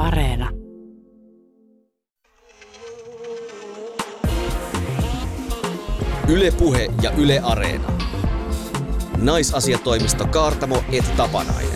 Areena. Yle Puhe ja Yle Areena. Naisasiatoimisto Kaartamo et Tapanainen.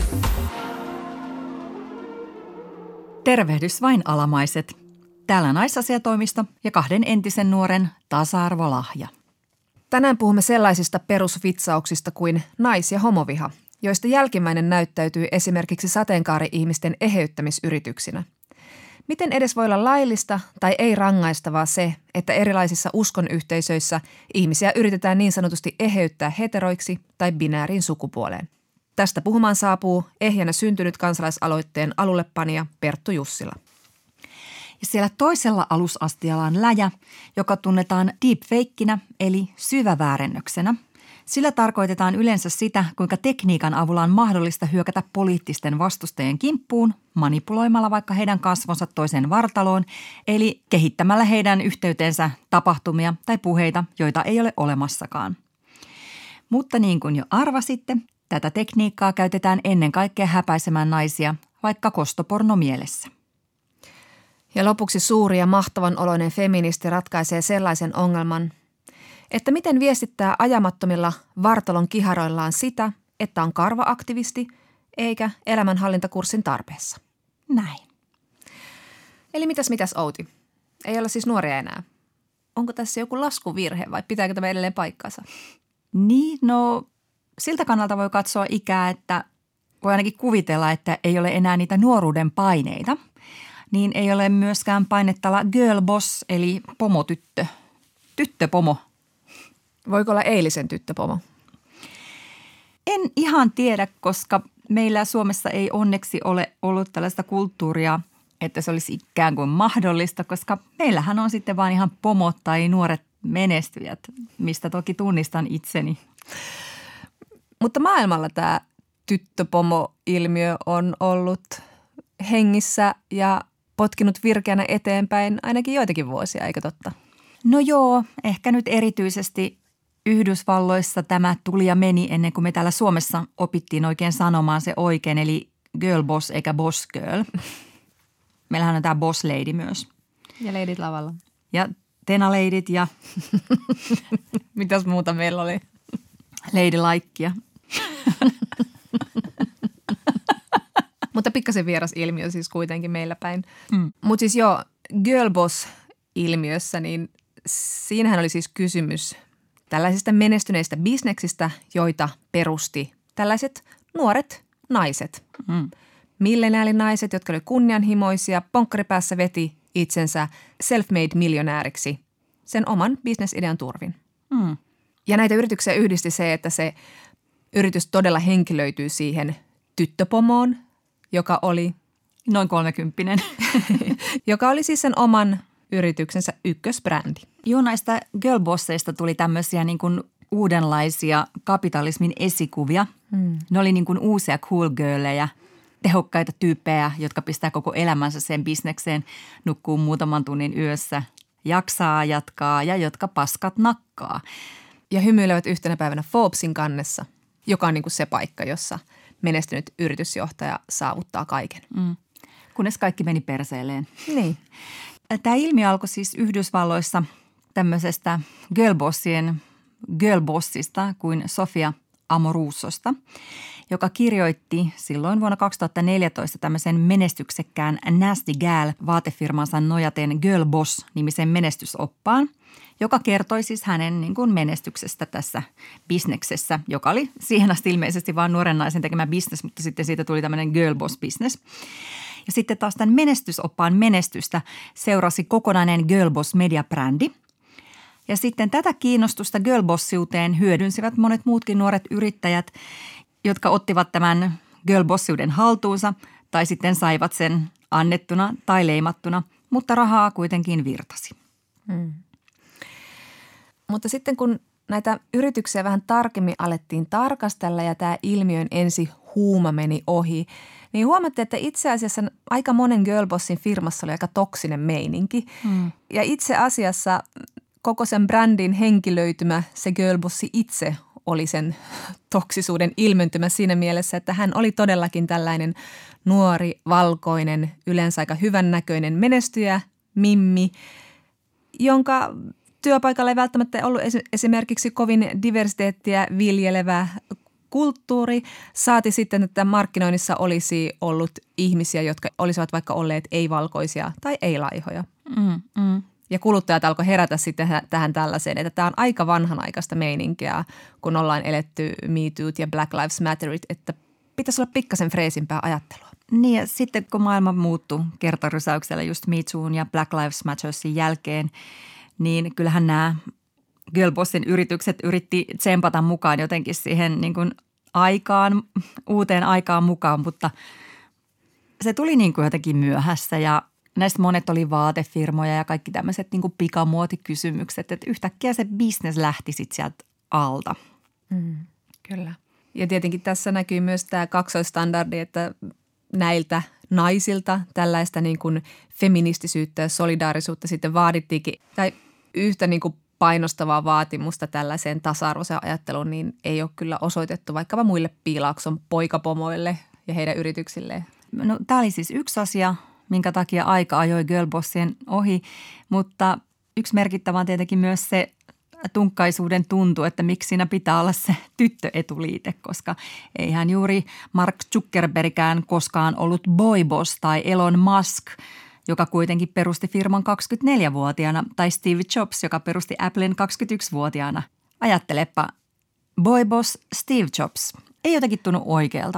Tervehdys vain alamaiset. Täällä naisasiatoimisto ja 2 entisen nuoren tasa-arvolahja. Tänään puhumme sellaisista perusvitsauksista kuin nais- ja homoviha, joista jälkimmäinen näyttäytyy esimerkiksi sateenkaari-ihmisten eheyttämisyrityksinä. Miten edes voi olla laillista tai ei rangaistavaa se, että erilaisissa uskonyhteisöissä ihmisiä yritetään niin sanotusti eheyttää heteroiksi tai binääriin sukupuoleen? Tästä puhumaan saapuu ehjänä syntynyt kansalaisaloitteen alullepanija Perttu Jussila. Ja siellä toisella alusastialla on läjä, joka tunnetaan deepfakenä eli syväväärennöksenä. Sillä tarkoitetaan yleensä sitä, kuinka tekniikan avulla on mahdollista hyökätä poliittisten vastustajien kimppuun, manipuloimalla vaikka heidän kasvonsa toiseen vartaloon, eli kehittämällä heidän yhteyteensä tapahtumia tai puheita, joita ei ole olemassakaan. Mutta niin kuin jo arvasitte, tätä tekniikkaa käytetään ennen kaikkea häpäisemään naisia, vaikka kostoporno mielessä. Ja lopuksi suuri ja mahtavan oloinen feministi ratkaisee sellaisen ongelman, että miten viestittää ajamattomilla vartalon kiharoillaan sitä, että on karvaaktivisti eikä elämänhallintakurssin tarpeessa. Näin. Eli mitäs Outi? Ei olla siis nuoria enää. Onko tässä joku laskuvirhe vai pitääkö tämä edelleen paikkansa? Niin, no siltä kannalta voi katsoa ikää, että voi ainakin kuvitella, että ei ole enää niitä nuoruuden paineita. Niin ei ole myöskään painettava girl boss eli pomotyttö, tyttöpomo. Voiko olla eilisen tyttöpomo? En ihan tiedä, koska meillä Suomessa ei onneksi ole ollut tällaista kulttuuria, että se olisi ikään kuin mahdollista, koska meillähän on sitten vaan ihan pomot tai nuoret menestyjät, mistä toki tunnistan itseni. Mutta maailmalla tämä tyttöpomo-ilmiö on ollut hengissä ja potkinut virkeänä eteenpäin ainakin joitakin vuosia, eikö totta? No joo, ehkä nyt erityisesti Yhdysvalloissa tämä tuli ja meni ennen kuin me täällä Suomessa opittiin oikein sanomaan se oikein, eli girl boss eikä boss girl. Meillähän on tämä boss lady myös. Ja leidit lavalla. Ja tenaleidit ja mitäs muuta meillä oli? Lady Laikkia. Mutta pikkasen vieras ilmiö siis kuitenkin meillä päin. Mutta siis joo, girlboss-ilmiössä, niin siinähän oli siis kysymys tällaisista menestyneistä bisneksistä, joita perusti tällaiset nuoret naiset. Milleniaalinaiset, jotka oli kunnianhimoisia, ponkkaripäässä veti itsensä self-made miljonääriksi sen oman bisnesidean turvin. Ja näitä yrityksiä yhdisti se, että se yritys todella henkilöityy siihen tyttöpomoon, joka oli noin 30. joka oli siis sen oman yrityksensä ykkösbrändi. Joo, näistä girlbosseista tuli tämmöisiä niin kuin uudenlaisia kapitalismin esikuvia. Ne oli niin kuin uusia cool girlejä, tehokkaita tyyppejä, jotka pistää koko elämänsä sen bisnekseen, nukkuu muutaman tunnin yössä, jaksaa jatkaa ja jotka paskat nakkaa. Ja hymyilevät yhtenä päivänä Forbesin kannessa, joka on niin kuin se paikka, jossa menestynyt yritysjohtaja saavuttaa kaiken. Kunnes kaikki meni perseelleen. Niin. Tämä ilmiö alkoi siis Yhdysvalloissa tämmöisestä girlbossista kuin Sofia Amorusosta, joka kirjoitti silloin vuonna 2014 tämmöisen menestyksekkään Nasty Gal vaatefirmansa nojaten Girl Boss-nimisen menestysoppaan, joka kertoi siis hänen niin kuin menestyksestä tässä bisneksessä, joka oli siihen asti ilmeisesti vain nuoren naisen tekemä bisnes, mutta sitten siitä tuli tämmöinen Girl Boss-bisnes. Ja sitten taas tämän menestysoppaan menestystä seurasi kokonainen Girl Boss-mediabrändi. Ja sitten tätä kiinnostusta girlbossiuteen hyödynsivät monet muutkin nuoret yrittäjät, jotka ottivat tämän girlbossiuden haltuunsa tai sitten saivat sen annettuna tai leimattuna, mutta rahaa kuitenkin virtasi. Mutta sitten kun näitä yrityksiä vähän tarkemmin alettiin tarkastella ja tämä ilmiön ensi huuma meni ohi, niin huomattiin, että itse asiassa aika monen girlbossin firmassa oli aika toksinen meininki. Ja itse asiassa koko sen brändin henkilöitymä, se girlbossi itse oli sen toksisuuden ilmentymä siinä mielessä, että hän oli todellakin tällainen nuori, valkoinen, yleensä aika hyvännäköinen menestyjä, mimmi, jonka työpaikalla ei välttämättä ollut esimerkiksi kovin diversiteettiä viljelevä kulttuuri. Saati sitten, että markkinoinnissa olisi ollut ihmisiä, jotka olisivat vaikka olleet ei-valkoisia tai ei-laihoja. Ja kuluttajat alkoi herätä sitten tähän tällaiseen, että tämä on aika vanhanaikaista meininkiä, kun ollaan eletty Me Too't ja Black Lives Matterit, että pitäisi olla pikkasen freesimpää ajattelua. Niin ja sitten kun maailma muuttui kertarysäyksellä just Me Toon ja Black Lives Mattersin jälkeen, niin kyllähän nämä Girlbossin yritykset yritti tsempata mukaan jotenkin siihen niin kuin uuteen aikaan mukaan, mutta se tuli niin kuin jotenkin myöhässä ja näistä monet oli vaatefirmoja ja kaikki tämmöiset niin kuin pikamuotikysymykset, että yhtäkkiä se business lähti sitten sieltä alta. Kyllä. Ja tietenkin tässä näkyy myös tämä kaksoistandardi, että näiltä naisilta tällaista niin kuin feministisyyttä ja solidaarisuutta sitten vaadittiinkin, tai yhtä niin kuin painostavaa vaatimusta tällaiseen tasa-arvoiseen ajatteluun, niin ei ole kyllä osoitettu vaikkapa muille Piilaakson poikapomoille ja heidän yrityksilleen. No, tämä oli siis yksi asia, minkä takia aika ajoi girlbossien ohi, mutta yksi merkittävä on tietenkin myös se tunkkaisuuden tuntu, että miksi siinä pitää olla se tyttöetuliite, koska eihän juuri Mark Zuckerbergkään koskaan ollut boyboss tai Elon Musk, joka kuitenkin perusti firman 24-vuotiaana, tai Steve Jobs, joka perusti Applen 21-vuotiaana. Ajattelepa, boyboss Steve Jobs. Ei jotenkin tunnu oikealta.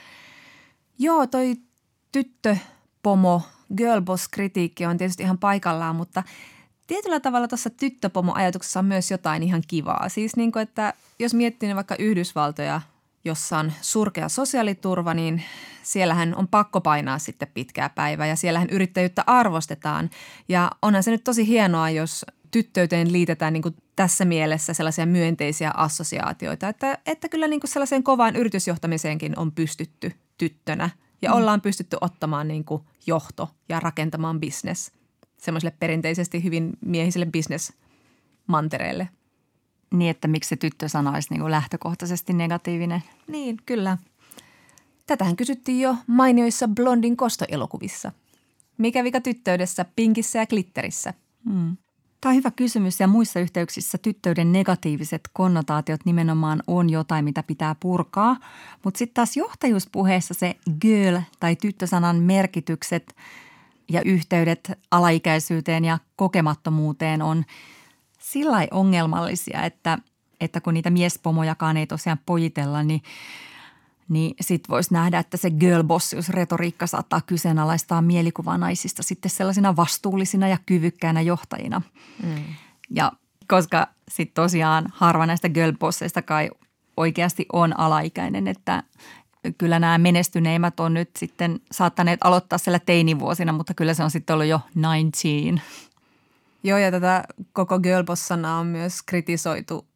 Joo, toi tyttöpomo, girlboss-kritiikki on tietysti ihan paikallaan, mutta tietyllä tavalla tuossa tyttöpomo-ajatuksessa on myös jotain ihan kivaa. Siis niin kuin, että jos miettii vaikka Yhdysvaltoja, jossa on surkea sosiaaliturva, niin siellähän on pakko painaa sitten pitkää päivää ja siellähän yrittäjyyttä arvostetaan. Ja onhan se nyt tosi hienoa, jos tyttöyteen liitetään niin kuin tässä mielessä sellaisia myönteisiä assosiaatioita, että kyllä niin kuin sellaiseen kovaan yritysjohtamiseenkin on pystytty tyttönä ja ollaan pystytty ottamaan niin kuin johto ja rakentamaan business semmoiselle perinteisesti hyvin miehiselle business-mantereelle. Niin, että miksi se tyttö-sana olisi niin kuin lähtökohtaisesti negatiivinen. Niin, kyllä. Tätähän kysyttiin jo mainioissa Blondin kostoelokuvissa. Mikä vika tyttöydessä, pinkissä ja glitterissä? Tämä on hyvä kysymys ja muissa yhteyksissä tyttöyden negatiiviset konnotaatiot nimenomaan on jotain, mitä pitää purkaa. Mutta sitten taas johtajuuspuheessa se girl tai tyttösanan merkitykset ja yhteydet alaikäisyyteen ja kokemattomuuteen on sillai ongelmallisia, että kun niitä miespomojakaan ei tosiaan pojitella, niin sitten voisi nähdä, että se girlbossius-retoriikka saattaa kyseenalaistaa mielikuvaa naisista sitten sellaisina vastuullisina ja kyvykkäinä johtajina. Ja koska sitten tosiaan harva näistä girlbosseista kai oikeasti on alaikäinen, että kyllä nämä menestyneimmät on nyt sitten saattaneet aloittaa siellä teinivuosina, mutta kyllä se on sitten ollut jo 19. Joo, ja tätä koko girlboss-sanaa on myös kritisoitu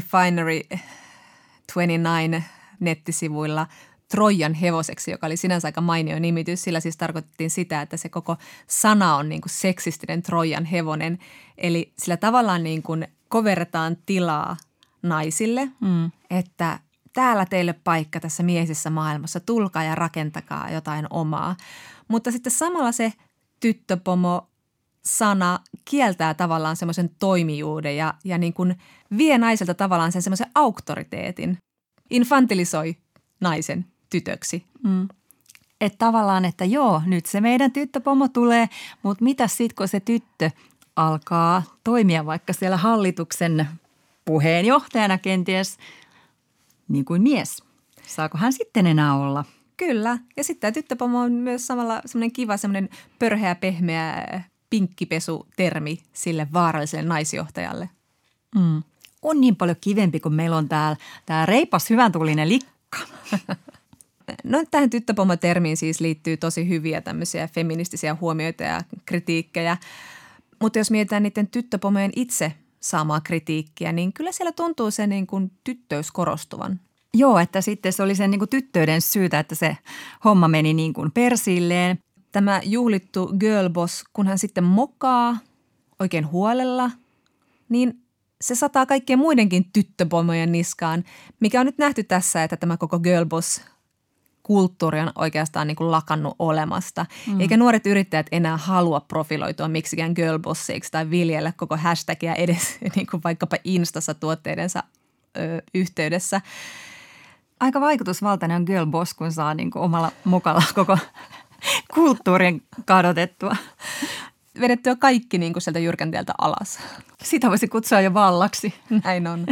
Refinery29 nettisivuilla Trojan hevoseksi, joka oli sinänsä aika mainio nimitys. Sillä siis tarkoitettiin sitä, että se koko sana on niin kuin seksistinen Trojan hevonen. Eli sillä tavallaan niin kuin koverretaan tilaa naisille, että täällä teille paikka tässä miesessä maailmassa, tulkaa ja rakentakaa jotain omaa. Mutta sitten samalla se tyttöpomo sana kieltää tavallaan semmoisen toimijuuden ja niin kuin vie naiselta tavallaan sen semmoisen auktoriteetin, infantilisoi naisen tytöksi. Että tavallaan, että joo, nyt se meidän tyttöpomo tulee, mutta mitä sitten, kun se tyttö alkaa toimia vaikka siellä hallituksen puheenjohtajana kenties niin kuin mies. Saako hän sitten enää olla? Kyllä. Ja sitten tämä tyttöpomo on myös samalla semmoinen kiva, semmoinen pörheä, pehmeä pinkkipesu-termi sille vaaralliselle naisjohtajalle. On niin paljon kivempi, kun meillä on tämä reipas, hyväntuulinen likka. No tähän tyttöpomo-termiin siis liittyy tosi hyviä tämmöisiä feministisiä huomioita ja kritiikkejä. Mutta jos mietitään niiden tyttöpomojen itse saamaa kritiikkiä, niin kyllä siellä tuntuu se niin kuin tyttöys korostuvan. Joo, että sitten se oli sen niin kuin tyttöyden syytä, että se homma meni niin kuin persilleen. Tämä juhlittu girlboss, kun hän sitten mokaa oikein huolella, niin se sataa kaikkien muidenkin tyttöpomojen niskaan, mikä on nyt nähty tässä, että tämä koko girlboss-kulttuuri on oikeastaan niin kuin lakannut olemasta. Eikä nuoret yrittäjät enää halua profiloitua miksikään girlbosseiksi tai viljellä koko hashtagia edes niin kuin vaikkapa Instassa tuotteidensa yhteydessä. Aika vaikutusvaltainen on girlboss, kun saa niin kuin omalla mukalla koko kulttuurin kadotettua. Vedettyä kaikki niin kuin sieltä jyrkänteeltä alas. Sitä voisi kutsua jo vallaksi. Näin on.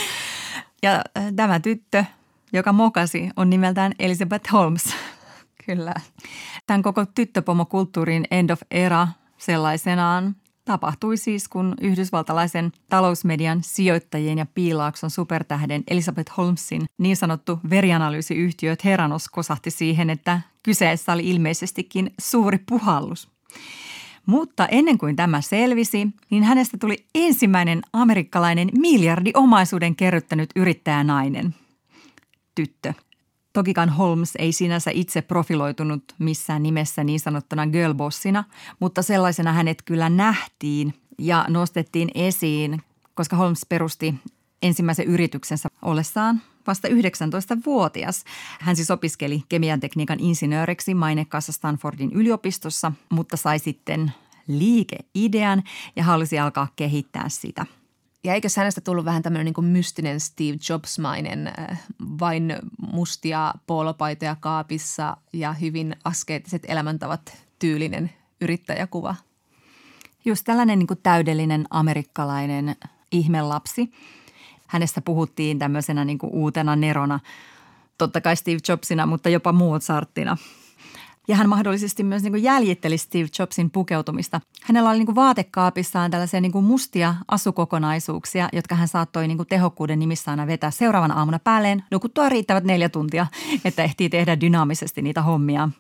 Ja tämä tyttö, joka mokasi, on nimeltään Elizabeth Holmes. Kyllä. Tämän koko tyttöpomokulttuurin end of era sellaisenaan tapahtui siis, kun yhdysvaltalaisen talousmedian sijoittajien ja piilaakson supertähden Elizabeth Holmesin niin sanottu verianalyysiyhtiö Theranos kosahti siihen, että kyseessä oli ilmeisestikin suuri puhallus. Mutta ennen kuin tämä selvisi, niin hänestä tuli ensimmäinen amerikkalainen miljardiomaisuuden kerryttänyt yrittäjänainen, tyttö. Tokikaan Holmes ei sinänsä itse profiloitunut missään nimessä niin sanottuna girlbossina, mutta sellaisena hänet kyllä nähtiin ja nostettiin esiin, koska Holmes perusti ensimmäisen yrityksensä ollessaan vasta 19-vuotias. Hän siis opiskeli kemiantekniikan insinööriksi mainekkaassa Stanfordin yliopistossa, mutta sai sitten liikeidean ja halusi alkaa kehittää sitä. Ja eikös hänestä tullut vähän tämmöinen niin kuin mystinen Steve Jobs-mainen, vain mustia poolopaitoja kaapissa ja hyvin askeettiset elämäntavat tyylinen yrittäjäkuva? Just tällainen niin kuin täydellinen amerikkalainen ihmelapsi. Hänestä puhuttiin tämmöisenä niin kuin uutena nerona, totta kai Steve Jobsina, mutta jopa Mozartina. Ja hän mahdollisesti myös niin kuin jäljitteli Steve Jobsin pukeutumista. Hänellä oli niin kuin vaatekaapissaan tällaisia niin kuin mustia asukokonaisuuksia, jotka hän saattoi niin kuin tehokkuuden nimissä aina vetää seuraavana aamuna päälleen. Nukuttua riittävät 4 tuntia, että ehtii tehdä dynaamisesti niitä hommia.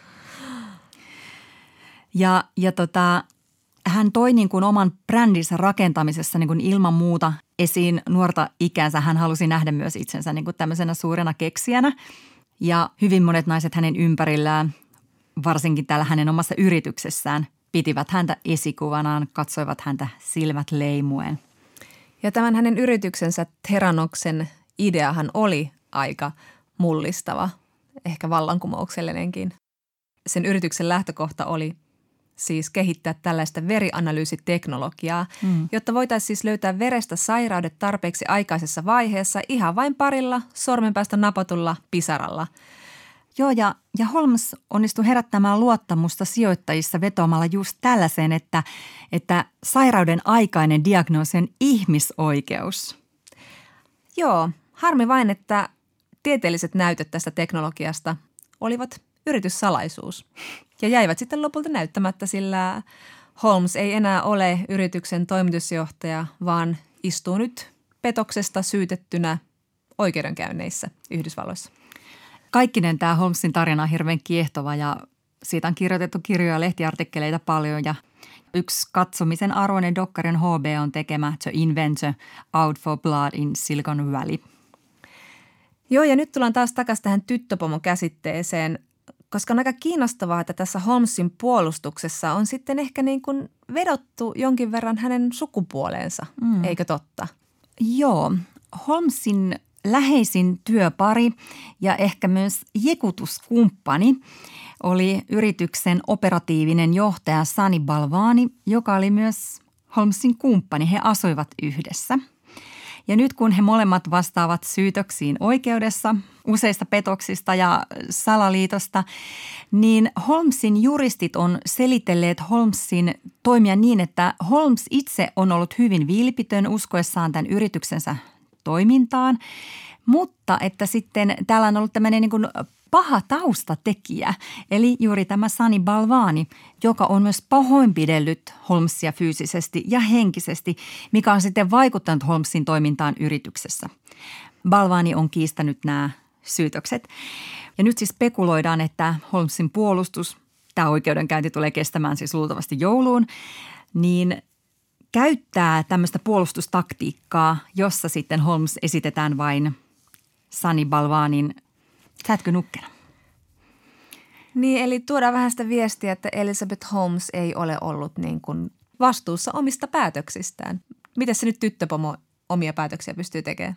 Ja hän toi niin kuin oman brändinsä rakentamisessa niin kuin ilman muuta esiin nuorta ikänsä. Hän halusi nähdä myös itsensä niin kuin tämmöisenä suurena keksijänä. Ja hyvin monet naiset hänen ympärillään, varsinkin täällä hänen omassa yrityksessään, pitivät häntä esikuvanaan, katsoivat häntä silmät leimuen. Ja tämän hänen yrityksensä Theranoksen ideahan oli aika mullistava, ehkä vallankumouksellinenkin. Sen yrityksen lähtökohta oli siis kehittää tällaista verianalyysiteknologiaa, jotta voitaisiin siis löytää verestä sairaudet tarpeeksi aikaisessa vaiheessa ihan vain parilla sormenpäästä napatulla pisaralla. Joo, ja Holmes onnistui herättämään luottamusta sijoittajissa vetoamalla just tällaiseen, että sairauden aikainen diagnoosi on ihmisoikeus. Joo, harmi vain, että tieteelliset näytöt tästä teknologiasta olivat yrityssalaisuus ja jäivät sitten lopulta näyttämättä, sillä Holmes ei enää ole yrityksen toimitusjohtaja, vaan istuu nyt petoksesta syytettynä oikeudenkäynneissä Yhdysvalloissa. Kaikkinen tämä Holmesin tarina on hirveän kiehtova ja siitä on kirjoitettu kirjoja ja lehtiartikkeleita paljon ja yksi katsomisen arvoinen dokkari on HBO:n tekemä The Inventor Out for Blood in Silicon Valley. Joo, ja nyt tullaan taas takaisin tähän tyttöpomo-käsitteeseen, koska on aika kiinnostavaa, että tässä Holmesin puolustuksessa on sitten ehkä niin kuin vedottu jonkin verran hänen sukupuoleensa, eikö totta? Joo, Holmesin läheisin työpari ja ehkä myös jekutuskumppani oli yrityksen operatiivinen johtaja Sunny Balwani, joka oli myös Holmesin kumppani. He asuivat yhdessä. Ja nyt kun he molemmat vastaavat syytöksiin oikeudessa useista petoksista ja salaliitosta, niin Holmesin juristit on selitelleet Holmesin toimia niin, että Holmes itse on ollut hyvin vilpitön uskoessaan tämän yrityksensä toimintaan, mutta että sitten täällä on ollut tämmöinen niin kuin paha taustatekijä, eli juuri tämä Sunny Balwani, joka on myös pahoinpidellyt Holmesia fyysisesti ja henkisesti, mikä on sitten vaikuttanut Holmesin toimintaan yrityksessä. Balwani on kiistänyt nämä syytökset. Ja nyt siis spekuloidaan, että Holmesin puolustus, tämä oikeudenkäynti tulee kestämään siis luultavasti jouluun, niin käyttää tämmöistä puolustustaktiikkaa, jossa sitten Holmes esitetään vain Sunny Balwanin säätkö nukkena? Niin, eli tuodaan vähän sitä viestiä, että Elizabeth Holmes ei ole ollut niin kuin vastuussa omista päätöksistään. miten se nyt tyttöpomo omia päätöksiä pystyy tekemään?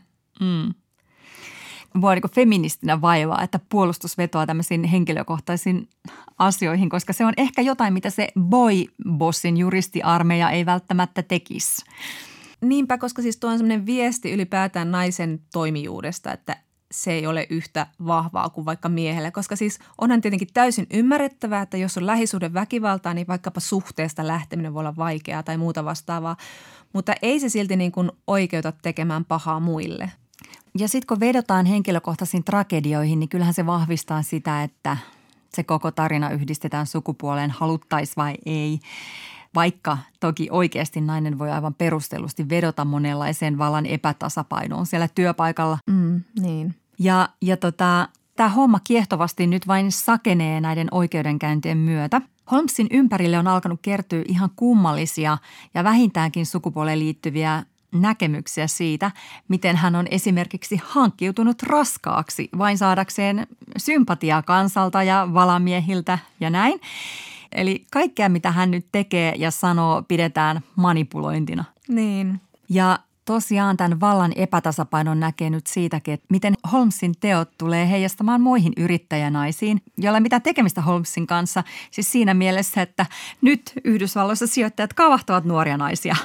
Mua niin feministinä vaivaa, että puolustus vetoaa tämmöisiin henkilökohtaisiin asioihin, koska se on ehkä jotain, mitä se boy-bossin juristiarmeija ei välttämättä tekisi. Niinpä, koska siis tuo on semmoinen viesti ylipäätään naisen toimijuudesta, että se ei ole yhtä vahvaa kuin vaikka miehelle. Koska siis onhan tietenkin täysin ymmärrettävää, että jos on lähisuhde väkivaltaa, niin vaikkapa suhteesta lähteminen voi olla vaikeaa tai muuta vastaavaa. Mutta ei se silti niin kuin oikeuta tekemään pahaa muille. Ja sitten kun vedotaan henkilökohtaisiin tragedioihin, niin kyllähän se vahvistaa sitä, että se koko tarina yhdistetään sukupuoleen, haluttais vai ei. Vaikka toki oikeasti nainen voi aivan perustellusti vedota monenlaiseen vallan epätasapainoon siellä työpaikalla. Niin. Ja tämä homma kiehtovasti nyt vain sakenee näiden oikeudenkäyntien myötä. Holmesin ympärille on alkanut kertyä ihan kummallisia ja vähintäänkin sukupuoleen liittyviä näkemyksiä siitä, miten hän on esimerkiksi hankkiutunut raskaaksi vain saadakseen sympatiaa kansalta ja valamiehiltä ja näin. Eli kaikkea, mitä hän nyt tekee ja sanoo, pidetään manipulointina. Niin. Ja tosiaan tämän vallan epätasapainon näkee nyt siitäkin, että miten Holmesin teot tulee heijastamaan muihin yrittäjänaisiin, joilla ei mitään tekemistä Holmesin kanssa. Siis siinä mielessä, että nyt Yhdysvalloissa sijoittajat kavahtavat nuoria naisia.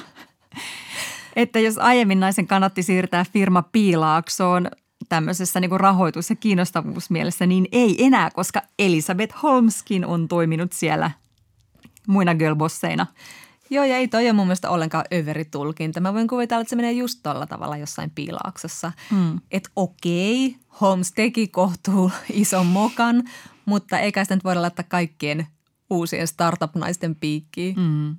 Että jos aiemmin naisen kannatti siirtää firma Piilaaksoon tämmöisessä niin kuin rahoitus- ja kiinnostavuusmielessä, niin ei enää, koska Elizabeth Holmeskin on toiminut siellä muina girlbosseina. Joo, ja ei toi ole mun mielestä ollenkaan överitulkinta. Mä voin kuvitella, että se menee just tolla tavalla jossain Piilaaksossa. Että okei, Holmes teki kohtuu ison mokan, mutta eikä sitä nyt voida laittaa kaikkien uusien startup-naisten piikkiin.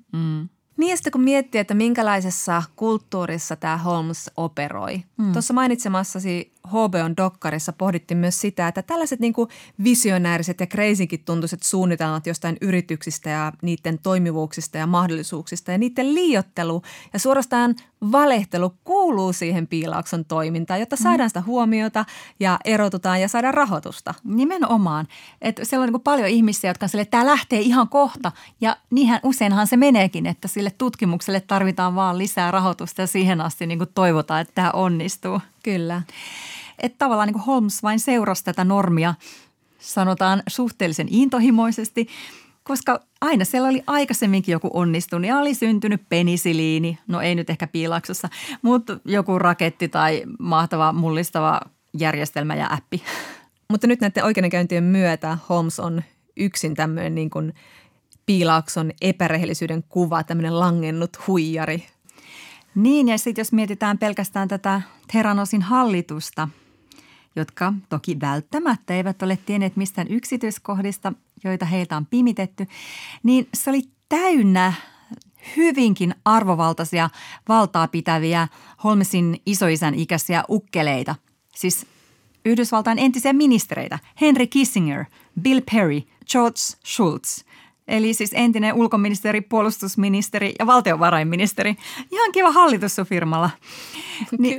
Niin ja sitten kun miettii, että minkälaisessa kulttuurissa tämä Holmes operoi. Tuossa mainitsemassasi HBOn dokkarissa pohdittiin myös sitä, että tällaiset niin kuin visionääriset ja crazykin tuntuiset suunnitelmat jostain yrityksistä ja niiden toimivuuksista ja mahdollisuuksista ja niiden liiottelu ja suorastaan valehtelu kuuluu siihen Piilaakson toimintaan, jotta saadaan sitä huomiota ja erotutaan ja saadaan rahoitusta. Nimenomaan. Että siellä on niin kuin paljon ihmisiä, jotka on silleen, että tämä lähtee ihan kohta ja niinhän useinhan se meneekin, että sille tutkimukselle tarvitaan vaan lisää rahoitusta ja siihen asti niin kuin toivotaan, että tämä onnistuu. Kyllä. Että tavallaan niin kuin Holmes vain seurasi tätä normia, sanotaan suhteellisen intohimoisesti, koska aina siellä oli aikaisemminkin joku onnistunut ja oli syntynyt penisiliini, no ei nyt ehkä Piilaaksossa, mutta joku raketti tai mahtava mullistava järjestelmä ja appi. Mutta nyt näiden oikeudenkäyntien myötä Holmes on yksin tämmöinen niin kuin Piilaakson epärehellisyyden kuva, tämmöinen langennut huijari. Niin ja sitten jos mietitään pelkästään tätä Theranosin hallitusta, jotka toki välttämättä eivät ole tienneet mistään yksityiskohdista, joita heiltä on pimitetty, niin se oli täynnä hyvinkin arvovaltaisia valtaa pitäviä Holmesin isoisän ikäisiä ukkeleita. Siis Yhdysvaltain entisiä ministereitä, Henry Kissinger, Bill Perry, George Shultz. Eli siis entinen ulkoministeri, puolustusministeri ja valtiovarainministeri. Ihan kiva hallitus sun firmalla. Niin,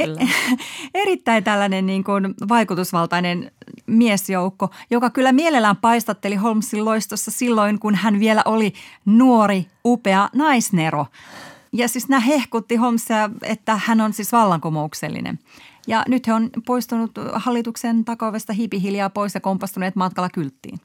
erittäin tällainen niin kuin vaikutusvaltainen miesjoukko, joka kyllä mielellään paistatteli Holmesin loistossa silloin, kun hän vielä oli nuori, upea naisnero. Ja siis nämä hehkutti Holmesia, että hän on siis vallankumouksellinen. Ja nyt he on poistunut hallituksen takaovesta hipihiljaa pois ja kompastuneet matkalla kylttiin.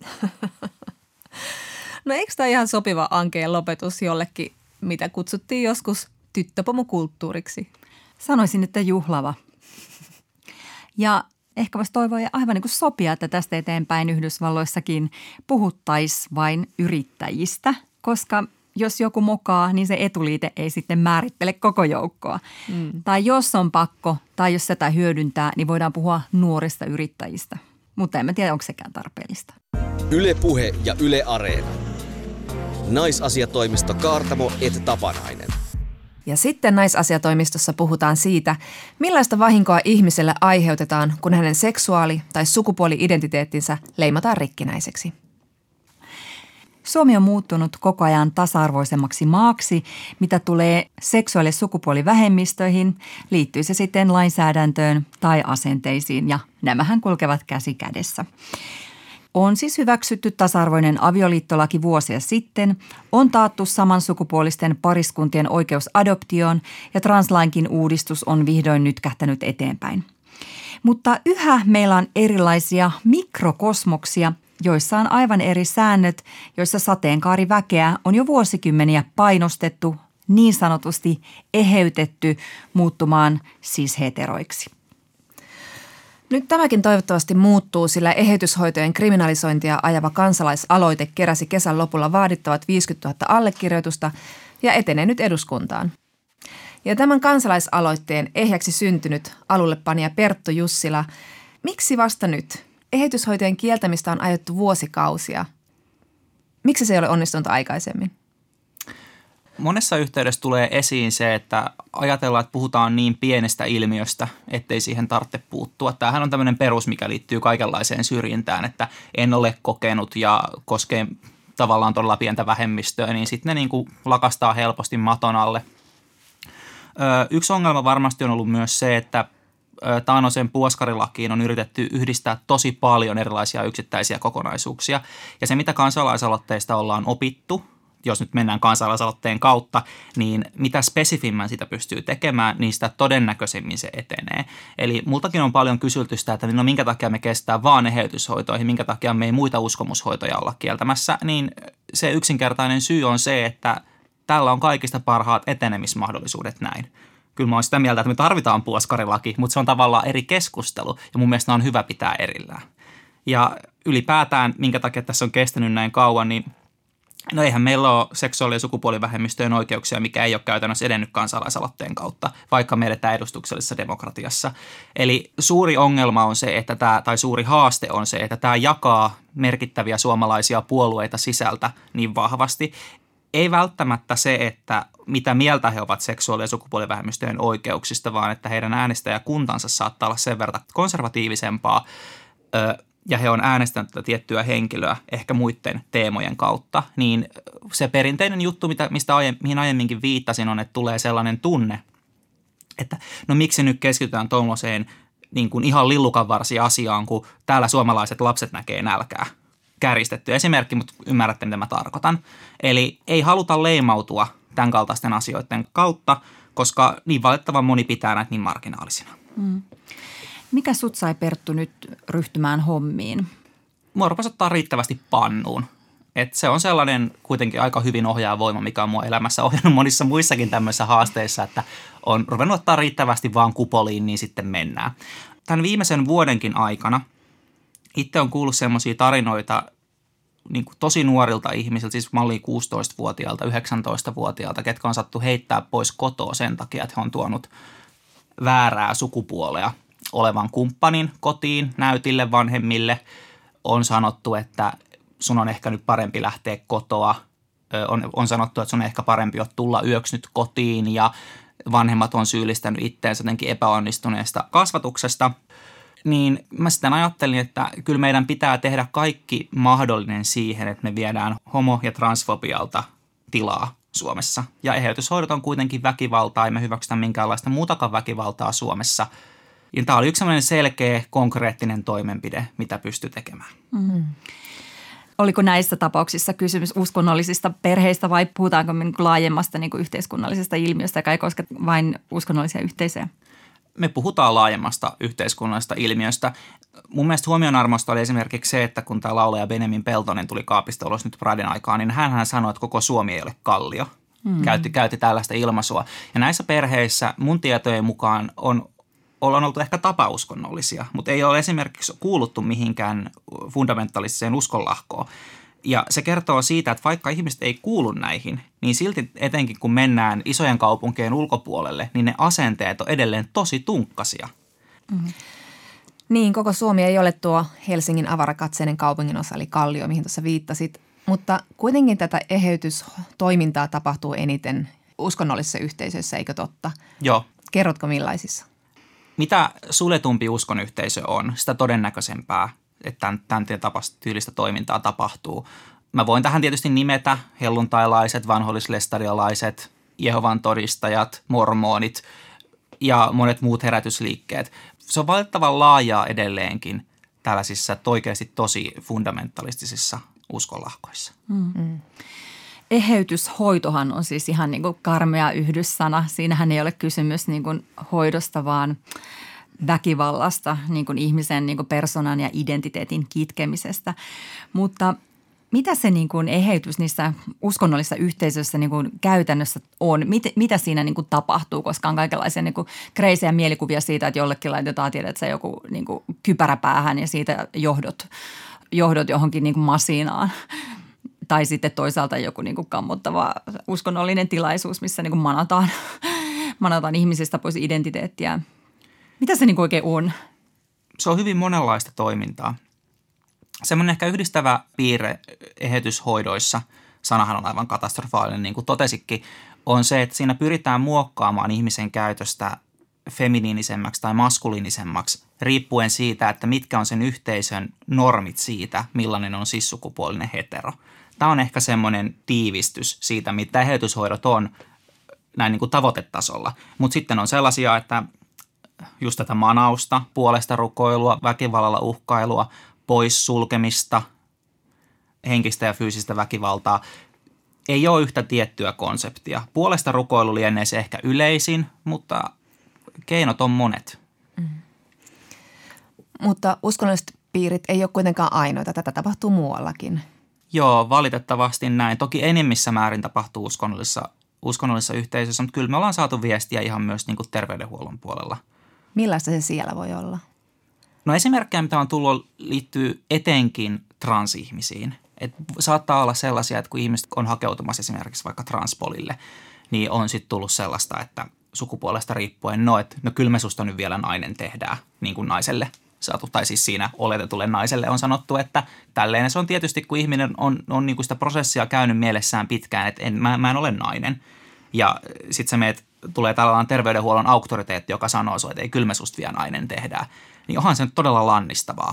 No eikö tämä ihan sopiva ankeen lopetus jollekin, mitä kutsuttiin joskus tyttöpomokulttuuriksi? Sanoisin, että juhlava. Ja ehkä voisi toivoa ja aivan niin kuin sopia, että tästä eteenpäin Yhdysvalloissakin puhuttaisiin vain yrittäjistä, koska jos joku mokaa, niin se etuliite ei sitten määrittele koko joukkoa. Tai jos on pakko tai jos sitä hyödyntää, niin voidaan puhua nuorista yrittäjistä. Mutta en mä tiedä, onko sekään tarpeellista. Yle Puhe ja Yle Areena. Naisasiatoimisto Kaartamo et Tapanainen. Ja sitten naisasiatoimistossa puhutaan siitä, millaista vahinkoa ihmiselle aiheutetaan, kun hänen seksuaali- tai sukupuoli-identiteettinsä leimataan rikkinäiseksi. Suomi on muuttunut koko ajan tasa-arvoisemmaksi maaksi, mitä tulee seksuaali- ja sukupuolivähemmistöihin, liittyy se sitten lainsäädäntöön tai asenteisiin ja nämähän kulkevat käsi kädessä. On siis hyväksytty tasa-arvoinen avioliittolaki vuosia sitten, on taattu samansukupuolisten pariskuntien oikeus adoptioon ja translainkin uudistus on vihdoin nyt kähtänyt eteenpäin. Mutta yhä meillä on erilaisia mikrokosmoksia, joissa on aivan eri säännöt, joissa sateenkaariväkeä on jo vuosikymmeniä painostettu, niin sanotusti eheytetty muuttumaan cis-heteroiksi. Nyt tämäkin toivottavasti muuttuu, sillä eheytyshoitojen kriminalisointia ajava kansalaisaloite keräsi kesän lopulla vaadittavat 50 000 allekirjoitusta ja etenee nyt eduskuntaan. Ja tämän kansalaisaloitteen ehjäksi syntynyt alullepanija Perttu Jussila, miksi vasta nyt? Eheytyshoitojen kieltämistä on ajettu vuosikausia. Miksi se ei ole onnistunut aikaisemmin? Monessa yhteydessä tulee esiin se, että ajatellaan, että puhutaan niin pienestä ilmiöstä, ettei siihen tarvitse puuttua. Tämähän on tämmöinen perus, mikä liittyy kaikenlaiseen syrjintään, että en ole kokenut ja koskee tavallaan todella pientä vähemmistöä, niin sitten ne niin kuin lakastaa helposti maton alle. Yksi ongelma varmasti on ollut myös se, että taannoiseen puoskarilakiin on yritetty yhdistää tosi paljon erilaisia yksittäisiä kokonaisuuksia. Ja se, mitä kansalaisaloitteista ollaan opittu, jos nyt mennään kansalaisaloitteen kautta, niin mitä spesifimmän sitä pystyy tekemään, niin sitä todennäköisemmin se etenee. Eli multakin on paljon kysytty sitä, että no minkä takia me kestää vaan eheytyshoitoihin, minkä takia me ei muita uskomushoitoja olla kieltämässä, niin se yksinkertainen syy on se, että tällä on kaikista parhaat etenemismahdollisuudet näin. Kyllä mä oon sitä mieltä, että me tarvitaan puoskarilaki, mutta se on tavallaan eri keskustelu ja mun mielestä on hyvä pitää erillään. Ja ylipäätään, minkä takia tässä on kestänyt näin kauan, niin no eihän meillä ole seksuaali- ja sukupuolivähemmistöjen oikeuksia, mikä ei ole käytännössä edennyt kansalaisaloitteen kautta, vaikka me edetään edustuksellisessa demokratiassa. Eli suuri ongelma on se, että suuri haaste on se, että tämä jakaa merkittäviä suomalaisia puolueita sisältä niin vahvasti. Ei välttämättä se, että mitä mieltä he ovat seksuaali- ja sukupuolivähemmistöjen oikeuksista, vaan että heidän äänestäjäkuntansa saattaa olla sen verran konservatiivisempaa ja he on äänestänyt tätä tiettyä henkilöä ehkä muiden teemojen kautta, niin se perinteinen juttu, mihin aiemminkin viittasin, on, että tulee sellainen tunne, että no miksi nyt keskitytään tuollaiseen niin kuin ihan lillukanvarsi-asiaan, kun täällä suomalaiset lapset näkee nälkää. Kärjistetty esimerkki, mutta ymmärrätte, mitä mä tarkoitan. Eli ei haluta leimautua tämän kaltaisten asioiden kautta, koska niin valitettavan moni pitää näitä niin marginaalisina. Mikä sut sai, Perttu, nyt ryhtymään hommiin? Mua rupesi ottaa riittävästi pannuun. Et se on sellainen kuitenkin aika hyvin ohjaava voima, mikä on mua elämässä ohjannut monissa muissakin tämmöisissä haasteissa, että on ruvennut ottaa riittävästi vaan kupoliin, niin sitten mennään. Tämän viimeisen vuodenkin aikana itse on kuullut semmoisia tarinoita niin kuin tosi nuorilta ihmisiltä, siis malliin 16-vuotiaalta, 19-vuotiaalta, ketkä on sattu heittää pois kotoa sen takia, että he on tuonut väärää sukupuolea olevan kumppanin kotiin, näytille, vanhemmille. On sanottu, että sun on ehkä nyt parempi lähteä kotoa. On sanottu, että sun on ehkä parempi tulla yöksi nyt kotiin ja vanhemmat on syyllistänyt itteensä jotenkin epäonnistuneesta kasvatuksesta. Niin mä sitten ajattelin, että kyllä meidän pitää tehdä kaikki mahdollinen siihen, että me viedään homo- ja transfobialta tilaa Suomessa. Ja eheytyshoidot on kuitenkin väkivaltaa, ei me hyväksytä minkäänlaista muutakaan väkivaltaa Suomessa. Ja tämä oli yksi sellainen selkeä, konkreettinen toimenpide, mitä pystyy tekemään. Mm-hmm. Oliko näissä tapauksissa kysymys uskonnollisista perheistä vai puhutaanko me laajemmasta niin kuin yhteiskunnallisesta ilmiöstä, joka ei koske vain uskonnollisia yhteisöjä? Me puhutaan laajemmasta yhteiskunnallisesta ilmiöstä. Mun mielestä huomionarvoista oli esimerkiksi se, että kun tämä laulaja Benjamin Peltonen tuli kaapista ulos nyt Praden aikaan, niin hän sanoi, että koko Suomi ei ole kallio. Käytti tällaista ilmaisua. Ja näissä perheissä mun tietojen mukaan ollaan oltu ehkä tapauskonnollisia, mutta ei ole esimerkiksi kuuluttu mihinkään fundamentalistiseen uskonlahkoon. Ja se kertoo siitä, että vaikka ihmiset ei kuulu näihin, niin silti etenkin kun mennään isojen kaupunkien ulkopuolelle, niin ne asenteet on edelleen tosi tunkkasia. Mm. Niin, koko Suomi ei ole tuo Helsingin avarakatseinen kaupunginosa, eli Kallio, mihin tuossa viittasit. Mutta kuitenkin tätä eheytystoimintaa tapahtuu eniten uskonnollisissa yhteisöissä, eikö totta? Joo. Kerrotko millaisissa? Mitä suljetumpi uskonyhteisö on, sitä todennäköisempää, että tämän tyylistä toimintaa tapahtuu. Mä voin tähän tietysti nimetä helluntailaiset, vanhollislestadiolaiset, Jehovan todistajat, mormonit ja monet muut herätysliikkeet. Se on valitettavan laajaa edelleenkin, tällaisissa oikeasti tosi fundamentalistisissa uskonlahkoissa. Eheytyshoitohan on siis ihan niin kuin karmea yhdyssana. Siinähän ei ole kysymys niin kuin hoidosta, vaan väkivallasta, niin kuin ihmisen niin kuin persoonan ja identiteetin kitkemisestä. Mutta mitä se niin kuin eheytys niissä uskonnollisissa yhteisöissä niin kuin käytännössä on? Mitä siinä niin kuin tapahtuu, koska on kaikenlaisia niin kuin kreisejä mielikuvia siitä, että jollekin laitetaan tiedät, joku niin kuin kypärä päähän ja siitä johdot johonkin niin kuin masinaan. Tai sitten toisaalta joku niin kuin kammottava uskonnollinen tilaisuus, missä niin kuin manataan ihmisistä pois identiteettiä. Mitä se niin kuin oikein on? Se on hyvin monenlaista toimintaa. Semmoinen ehkä yhdistävä piirre eheytyshoidoissa, sanahan on aivan katastrofaalinen, niin kuin totesikin, on se, että siinä pyritään muokkaamaan ihmisen käytöstä feminiinisemmäksi tai maskuliinisemmaksi, riippuen siitä, että mitkä on sen yhteisön normit siitä, millainen on cis-sukupuolinen hetero. Tämä on ehkä semmoinen tiivistys siitä, mitä eheytyshoidot on näin niin kuin tavoitetasolla. Mutta sitten on sellaisia, että just tätä manausta, puolesta rukoilua, väkivallalla uhkailua, poissulkemista, henkistä ja fyysistä väkivaltaa. Ei ole yhtä tiettyä konseptia. Puolesta rukoilu lienee se ehkä yleisin, mutta keinot on monet. Mutta uskonnolliset piirit ei ole kuitenkaan ainoita. Tätä tapahtuu muuallakin. Joo, valitettavasti näin. Toki enimmissä määrin tapahtuu uskonnollisissa yhteisöissä, mutta kyllä me ollaan saatu viestiä ihan myös niin kuin terveydenhuollon puolella. Millaista se siellä voi olla? No esimerkkejä, mitä on tullut, liittyy etenkin transihmisiin. Et saattaa olla sellaisia, että kun ihmiset on hakeutumassa esimerkiksi vaikka transpolille, niin on sitten tullut sellaista, että sukupuolesta riippuen, no kyllä me susta nyt vielä nainen tehdään, niin kuin naiselle saatu, tai siis siinä oletetulle naiselle on sanottu, että tälleen. Se on tietysti, kun ihminen on niin kuin sitä prosessia käynyt mielessään pitkään, että mä en ole nainen. Ja sitten se tulee tällainen terveydenhuollon auktoriteetti, joka sanoo, että ei kyllä me susta vielä nainen tehdään. Niin onhan se nyt todella lannistavaa.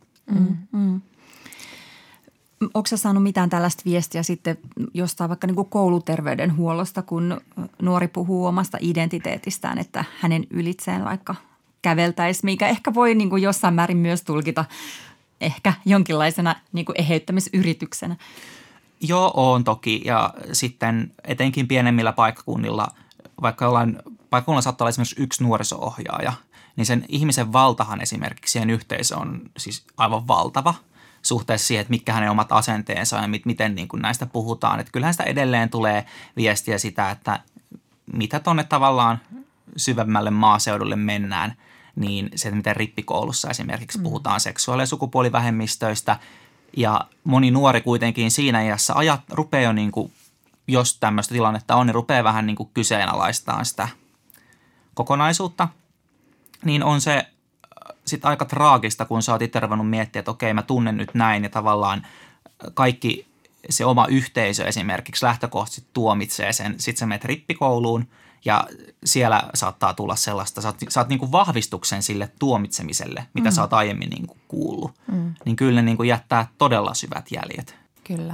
Onko sä saanut mitään tällaista viestiä sitten jostain vaikka niin kuin kouluterveydenhuollosta, kun nuori puhuu omasta identiteetistään, että hänen ylitseen vaikka käveltäisi, mikä ehkä voi niin kuin jossain määrin myös tulkita ehkä jonkinlaisena niin kuin eheyttämisyrityksenä? Joo, on toki. Ja sitten etenkin pienemmillä paikkakunnilla, vaikka jollain paikkakunnilla saattaa olla esimerkiksi yksi nuoriso-ohjaaja, niin sen ihmisen valtahan esimerkiksi siihen yhteisöön on siis aivan valtava suhteessa siihen, että mitkä hänen omat asenteensa ja miten niin kuin näistä puhutaan. Että kyllähän sitä edelleen tulee viestiä sitä, että mitä tuonne tavallaan syvemmälle maaseudulle mennään, niin se, miten rippikoulussa esimerkiksi puhutaan seksuaali- ja sukupuolivähemmistöistä. Ja moni nuori kuitenkin siinä iässä rupeaa jo niin kuin, jos tämmöistä tilannetta on, niin rupeaa vähän niin kuin kyseenalaistamaan sitä kokonaisuutta. Niin on se sitten aika traagista, kun sä oot itse ruvennut miettiä, että okei, mä tunnen nyt näin ja tavallaan kaikki se oma yhteisö esimerkiksi lähtökohtaisesti tuomitsee sen. Sitten sä menet rippikouluun ja siellä saattaa tulla sellaista, saat niin kuin vahvistuksen sille tuomitsemiselle, mitä sä oot aiemmin niin kuin kuullut. Niin kyllä ne niin kuin jättää todella syvät jäljet. Kyllä.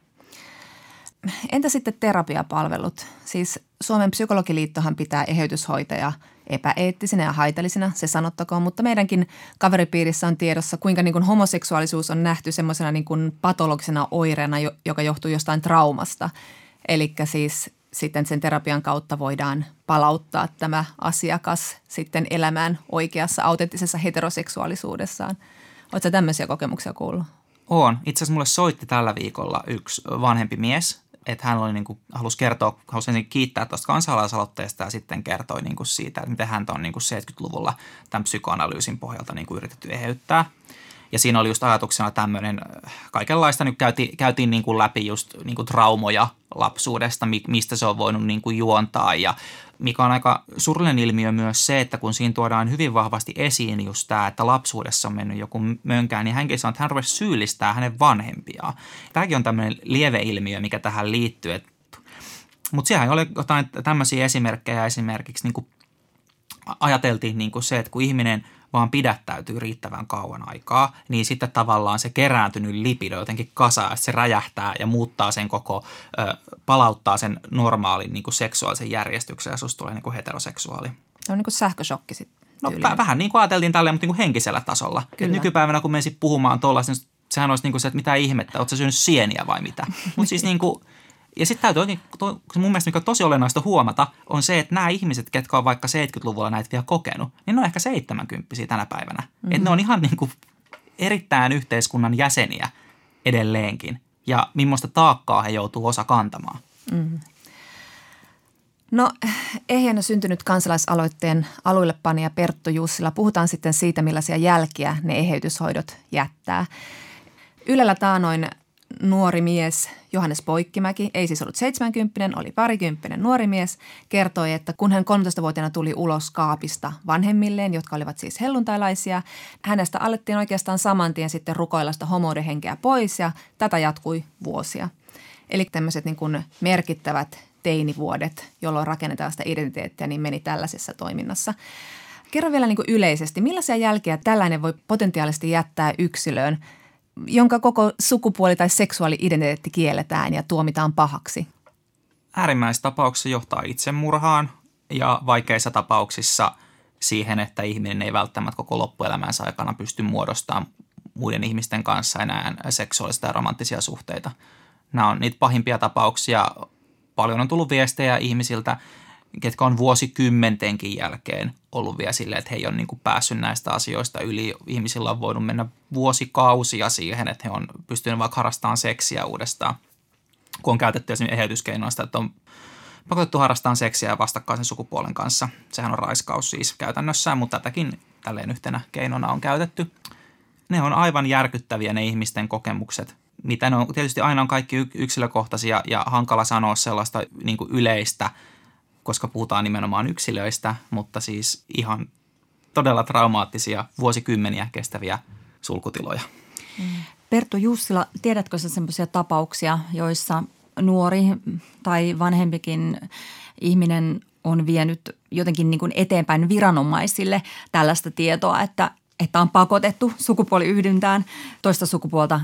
Entä sitten terapiapalvelut? Siis Suomen psykologiliittohan pitää eheytyshoitoja epäeettisinä ja haitallisina, se sanottakoon, mutta meidänkin kaveripiirissä on tiedossa, kuinka niin kuin homoseksuaalisuus on nähty semmoisena niin kuin patologisena oireena, joka johtuu jostain traumasta. Eli siis sitten sen terapian kautta voidaan palauttaa tämä asiakas sitten elämään oikeassa, autenttisessa heteroseksuaalisuudessaan. Oletko tämmöisiä kokemuksia kuullut? On. Itse asiassa mulle soitti tällä viikolla yksi vanhempi mies, että hän oli halusi ensin kiittää tuosta kansalaisaloitteesta ja sitten kertoi siitä, että miten häntä on 70-luvulla tämän psykoanalyysin pohjalta yritetty eheyttää. Ja siinä oli just ajatuksena tämmöinen, kaikenlaista nyt käytiin läpi just traumoja lapsuudesta, mistä se on voinut juontaa ja mikä on aika surullinen ilmiö myös se, että kun siinä tuodaan hyvin vahvasti esiin just tämä, että lapsuudessa on mennyt joku mönkään, niin hänkin sanoo, että hän rupesi syyllistää hänen vanhempiaan. Tämäkin on tämmöinen lieveilmiö, mikä tähän liittyy. Mutta siellä oli jotain tämmöisiä esimerkkejä esimerkiksi ajateltiin se, että kun ihminen vaan pidättäytyy riittävän kauan aikaa, niin sitten tavallaan se kerääntynyt lipido jotenkin kasaa, että se räjähtää ja muuttaa sen palauttaa sen normaalin seksuaalisen järjestyksen ja susta tulee heteroseksuaali. Se on sähköshokki sitten. No vähän niin kuin ajateltiin tälleen, mutta niin kuin henkisellä tasolla. Nykypäivänä kun menisit puhumaan tuollaista, niin sehän olisi niin kuin se, että mitä ihmettä, ootko sä syönyt sieniä vai mitä? Mutta siis niin kuin, ja sitten täytyy oikein, mun mielestä mikä on tosi olennaista huomata, on se, että nämä ihmiset, ketkä on vaikka 70-luvulla näitä vielä kokenut, niin ne on ehkä 70-kympppisiä tänä päivänä. Että ne on ihan niin kuin erittäin yhteiskunnan jäseniä edelleenkin. Ja millaista taakkaa he joutuu osa kantamaan. No, ehjänä syntynyt kansalaisaloitteen aluillepanija Perttu Jussila. Puhutaan sitten siitä, millaisia jälkiä ne eheytyshoidot jättää. Ylellä taanoin nuori mies Johannes Poikkimäki, ei siis ollut 70, oli 20 nuori mies, kertoi, että kun hän 13-vuotiaana tuli ulos kaapista vanhemmilleen, jotka olivat siis helluntailaisia, hänestä alettiin oikeastaan saman tien sitten rukoilla sitä homouden henkeä pois ja tätä jatkui vuosia. Eli tämmöiset niin kuin merkittävät teinivuodet, jolloin rakennetaan sitä identiteettiä, niin meni tällaisessa toiminnassa. Kerro vielä niin kuin yleisesti, millaisia jälkiä tällainen voi potentiaalisesti jättää yksilöön, jonka koko sukupuoli- tai seksuaali-identiteetti kielletään ja tuomitaan pahaksi? Äärimmäisissä tapauksissa johtaa itsemurhaan ja vaikeissa tapauksissa siihen, että ihminen ei välttämättä koko loppuelämänsä aikana pysty muodostamaan muiden ihmisten kanssa enää seksuaalisia ja romanttisia suhteita. Nämä on niitä pahimpia tapauksia. Paljon on tullut viestejä ihmisiltä, ketkä on vuosikymmentenkin jälkeen ollut vielä silleen, että he ei ole niin kuin päässyt näistä asioista yli. Ihmisillä on voinut mennä vuosikausia siihen, että he on pystynyt vaikka harrastamaan seksiä uudestaan, kun on käytetty esimerkiksi eheytyskeinoista, että on pakotettu harrastamaan seksiä vastakkaisen sukupuolen kanssa. Sehän on raiskaus siis käytännössä, mutta tätäkin tälleen yhtenä keinona on käytetty. Ne on aivan järkyttäviä ne ihmisten kokemukset. Mitä ne on, tietysti aina on kaikki yksilökohtaisia ja hankala sanoa sellaista niin kuin yleistä, koska puhutaan nimenomaan yksilöistä, mutta siis ihan todella traumaattisia vuosikymmeniä kestäviä sulkutiloja. Perttu Jussila, tiedätkö sä sellaisia tapauksia, joissa nuori tai vanhempikin ihminen on vienyt jotenkin niin kuin eteenpäin viranomaisille tällaista tietoa, että on pakotettu sukupuoliyhdyntään toista sukupuolta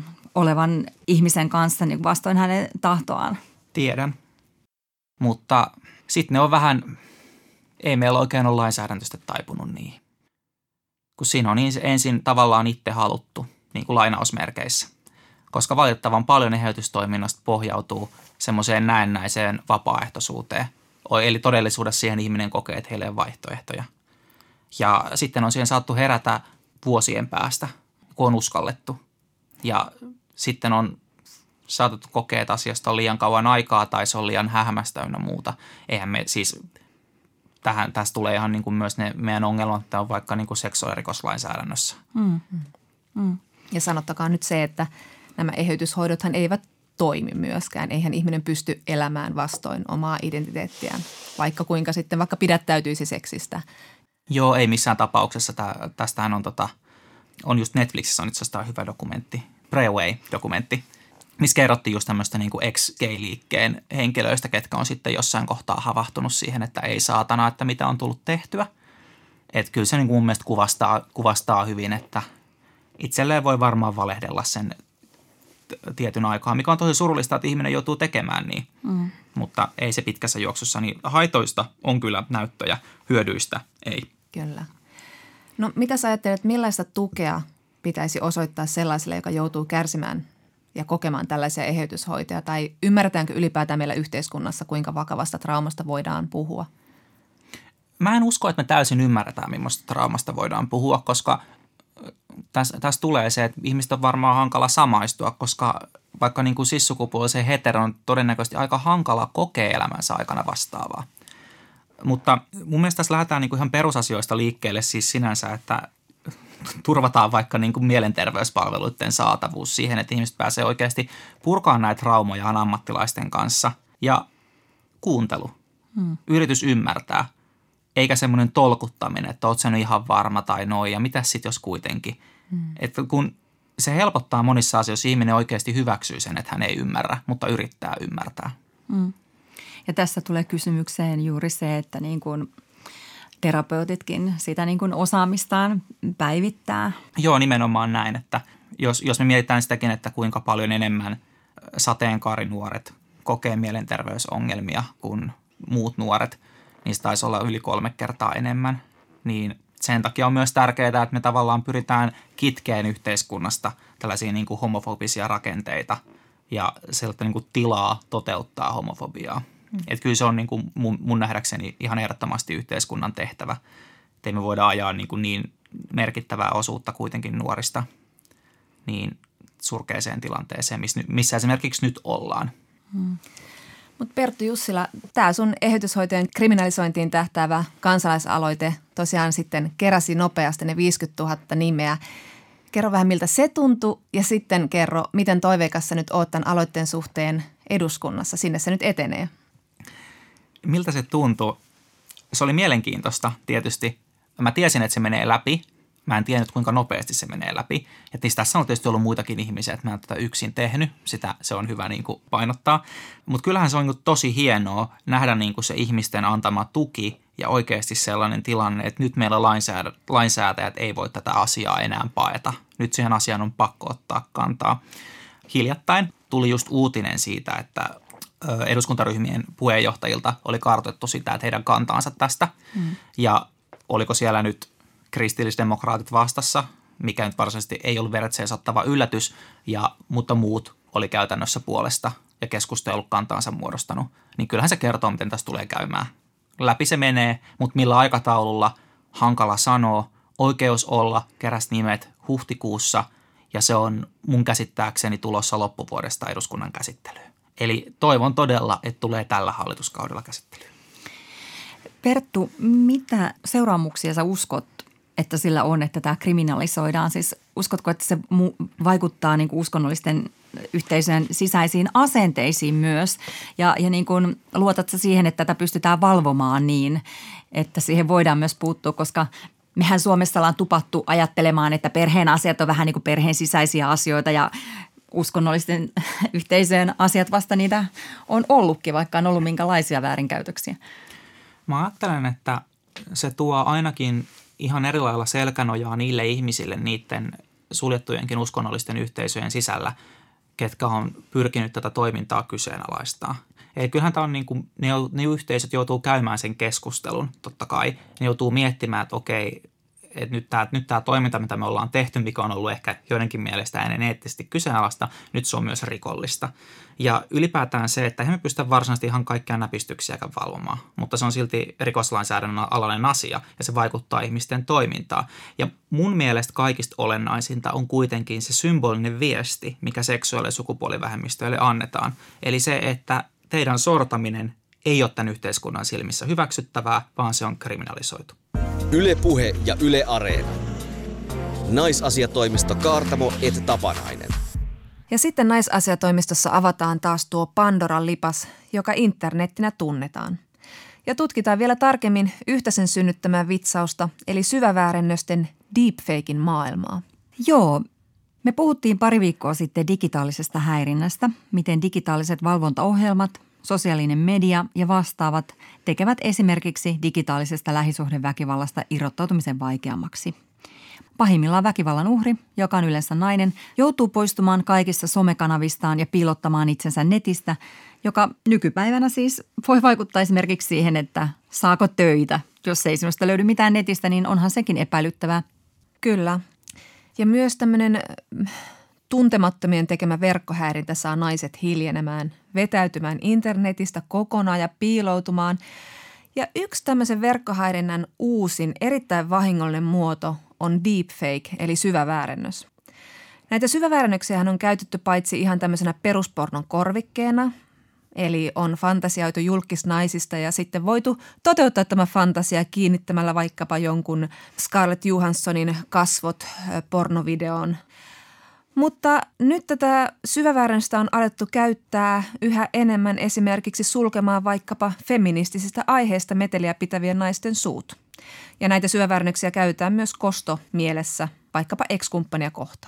olevan ihmisen kanssa niin vastoin hänen tahtoaan? Tiedän, mutta sitten ne on vähän, ei meillä oikein ole lainsäädäntöstä taipunut niihin. Kun siinä on ensin tavallaan itse haluttu, niin kuin lainausmerkeissä. Koska valitettavan paljon eheytystoiminnasta pohjautuu semmoiseen näennäiseen vapaaehtoisuuteen. Eli todellisuudessa siihen ihminen kokee, että heillä ei ole vaihtoehtoja. Ja sitten on siihen saattu herätä vuosien päästä, kun on uskallettu. Ja sitten on saatettu kokea, että asiasta on liian kauan aikaa tai se on liian hähmästä ynnä muuta. Eihän me siis, tästä tulee ihan niin kuin myös ne meidän ongelmat, että on vaikka niin kuin seksuaalirikoslainsäädännössä. Ja sanottakaa nyt se, että nämä eheytyshoidothan eivät toimi myöskään. Eihän ihminen pysty elämään vastoin omaa identiteettiään, vaikka kuinka sitten vaikka pidättäytyisi seksistä. Joo, ei missään tapauksessa. Tästähän on just Netflixissä on itse asiassa hyvä dokumentti, Pray Away-dokumentti, missä kerrottiin just tämmöistä niin kuin ex-gay-liikkeen henkilöistä, ketkä on sitten jossain kohtaa havahtunut siihen, että ei saatana, että mitä on tullut tehtyä. Että kyllä se niin kuin mun mielestä kuvastaa hyvin, että itselleen voi varmaan valehdella sen tietyn aikaa, mikä on tosi surullista, että ihminen joutuu tekemään niin. Mutta ei se pitkässä juoksussa, niin haitoista on kyllä näyttöjä, hyödyistä ei. Kyllä. No mitä sä ajattelet, millaista tukea pitäisi osoittaa sellaiselle, joka joutuu kärsimään ja kokemaan tällaisia eheytyshoitoja? Tai ymmärretäänkö ylipäätään meillä yhteiskunnassa, kuinka vakavasta traumasta voidaan puhua? Mä en usko, että me täysin ymmärretään, millaista traumasta voidaan puhua, koska tässä tulee se, että ihmiset on varmaan hankala samaistua, koska vaikka niin kuin cis-sukupuolisen heteron on todennäköisesti aika hankala kokea elämänsä aikana vastaavaa. Mutta mun mielestä tässä lähdetään niin kuin ihan perusasioista liikkeelle siis sinänsä, että turvataan vaikka niin kuin mielenterveyspalveluiden saatavuus siihen, että ihmiset pääsee oikeasti purkaan näitä traumojaan ammattilaisten kanssa. Ja kuuntelu, yritys ymmärtää, eikä semmoinen tolkuttaminen, että oot sä nyt ihan varma tai noin ja mitäs sit jos kuitenkin. Että kun se helpottaa monissa asioissa, ihminen oikeasti hyväksyy sen, että hän ei ymmärrä, mutta yrittää ymmärtää. Ja tässä tulee kysymykseen juuri se, että niin kuin terapeutitkin sitä niin kuin osaamistaan päivittää. Joo, nimenomaan näin, että jos me mietitään sitäkin, että kuinka paljon enemmän sateenkaarinuoret kokee mielenterveysongelmia kuin muut nuoret, niin se taisi olla yli 3 kertaa enemmän, niin Sen takia on myös tärkeää, että me tavallaan pyritään kitkeen yhteiskunnasta tällaisia niin kuin homofobisia rakenteita ja sellaista niin kuin tilaa toteuttaa homofobiaa. Että kyllä se on niin kuin mun nähdäkseni ihan ehdottomasti yhteiskunnan tehtävä. Että ei me voida ajaa niin merkittävää osuutta kuitenkin nuorista niin surkeeseen tilanteeseen, missä esimerkiksi nyt ollaan. Mutta Perttu Jussila, tämä sun eheytyshoitojen kriminalisointiin tähtäävä kansalaisaloite tosiaan sitten keräsi nopeasti ne 50 000 nimeä. Kerro vähän, miltä se tuntui ja sitten kerro, miten toiveikas sä nyt oot tämän aloitteen suhteen eduskunnassa. Sinne se nyt etenee. Miltä se tuntui? Se oli mielenkiintoista tietysti. Mä tiesin, että se menee läpi. Mä en tiennyt, kuinka nopeasti se menee läpi. Että tässä on tietysti ollut muitakin ihmisiä, että mä en tätä yksin tehnyt. Sitä se on hyvä niin kuin painottaa. Mutta kyllähän se on niin kuin tosi hienoa nähdä niin kuin se ihmisten antama tuki ja oikeasti sellainen tilanne, että nyt meillä lainsäätäjät ei voi tätä asiaa enää paeta. Nyt siihen asiaan on pakko ottaa kantaa. Hiljattain tuli just uutinen siitä, että eduskuntaryhmien puheenjohtajilta oli kartoitettu sitä, että heidän kantaansa tästä. Ja oliko siellä nyt kristillisdemokraatit vastassa, mikä nyt varsinaisesti ei ollut vertseensä ottava yllätys, mutta muut oli käytännössä puolesta ja keskusta ei ollut kantaansa muodostanut. Niin kyllähän se kertoo, miten tässä tulee käymään. Läpi se menee, mutta millä aikataululla hankala sanoa. Oikeus olla keräsi nimet huhtikuussa ja se on mun käsittääkseni tulossa loppuvuodesta eduskunnan käsittelyyn. Eli toivon todella, että tulee tällä hallituskaudella käsittelyyn. Perttu, mitä seuraamuksia sä uskot, että sillä on, että tämä kriminalisoidaan? Siis uskotko, että se vaikuttaa niin kuin uskonnollisten yhteisöjen sisäisiin asenteisiin myös? Ja niin kuin luotat sä siihen, että tätä pystytään valvomaan niin, että siihen voidaan myös puuttua, koska mehän Suomessa ollaan tupattu ajattelemaan, että perheen asiat on vähän niin kuin perheen sisäisiä asioita ja uskonnollisten yhteisöjen asiat vasta niitä on ollutkin, vaikka on ollut minkälaisia väärinkäytöksiä. Mä ajattelen, että se tuo ainakin ihan eri lailla selkänojaa niille ihmisille niiden suljettujenkin uskonnollisten yhteisöjen sisällä, ketkä on pyrkinyt tätä toimintaa kyseenalaistaa. Eli kyllähän tämä on niin kuin, ne yhteisöt joutuu käymään sen keskustelun, totta kai. Ne joutuu miettimään, että okei, että nyt tämä toiminta, mitä me ollaan tehty, mikä on ollut ehkä joidenkin mielestä ennen eettisesti kyseenalaista, nyt se on myös rikollista. Ja ylipäätään se, että emme pystytä varsinaisesti ihan kaikkia näpistyksiäkään valvomaan, mutta se on silti rikoslainsäädännön alainen asia ja se vaikuttaa ihmisten toimintaan. Ja mun mielestä kaikista olennaisinta on kuitenkin se symbolinen viesti, mikä seksuaali- ja sukupuolivähemmistöille annetaan. Eli se, että teidän sortaminen ei ole tämän yhteiskunnan silmissä hyväksyttävää, vaan se on kriminalisoitu. Yle Puhe ja Yle Areena. Naisasiatoimisto Kaartamo et Tapanainen. Ja sitten naisasiatoimistossa avataan taas tuo Pandoran lipas, joka internettinä tunnetaan. Ja tutkitaan vielä tarkemmin yhtä sen synnyttämää vitsausta, eli syväväärennösten deepfakein maailmaa. Joo, me puhuttiin pari viikkoa sitten digitaalisesta häirinnästä, miten digitaaliset valvontaohjelmat, sosiaalinen media ja vastaavat tekevät esimerkiksi digitaalisesta lähisuhdeväkivallasta irrottautumisen vaikeammaksi. Pahimmillaan väkivallan uhri, joka on yleensä nainen, joutuu poistumaan kaikista somekanavistaan ja piilottamaan itsensä netistä, joka nykypäivänä siis voi vaikuttaa esimerkiksi siihen, että saako töitä. Jos ei sinusta löydy mitään netistä, niin onhan sekin epäilyttävää. Kyllä. Ja myös tämmöinen tuntemattomien tekemä verkkohäirintä saa naiset hiljenemään, vetäytymään internetistä kokonaan ja piiloutumaan. Ja yksi tämmöisen verkkohäirinnän uusin, erittäin vahingollinen muoto on deepfake, eli syväväärennös. Näitä syväväärennöksiähän on käytetty paitsi ihan tämmöisenä peruspornon korvikkeena, eli on fantasioitu julkisnaisista ja sitten voitu toteuttaa tämä fantasia kiinnittämällä vaikkapa jonkun Scarlett Johanssonin kasvot pornovideoon. Mutta nyt tätä syväväärennöstä on alettu käyttää yhä enemmän esimerkiksi sulkemaan vaikkapa feministisistä aiheista meteliä pitävien naisten suut. Ja näitä syväväärennöksiä käytetään myös kostomielessä vaikkapa ex-kumppania kohtaan.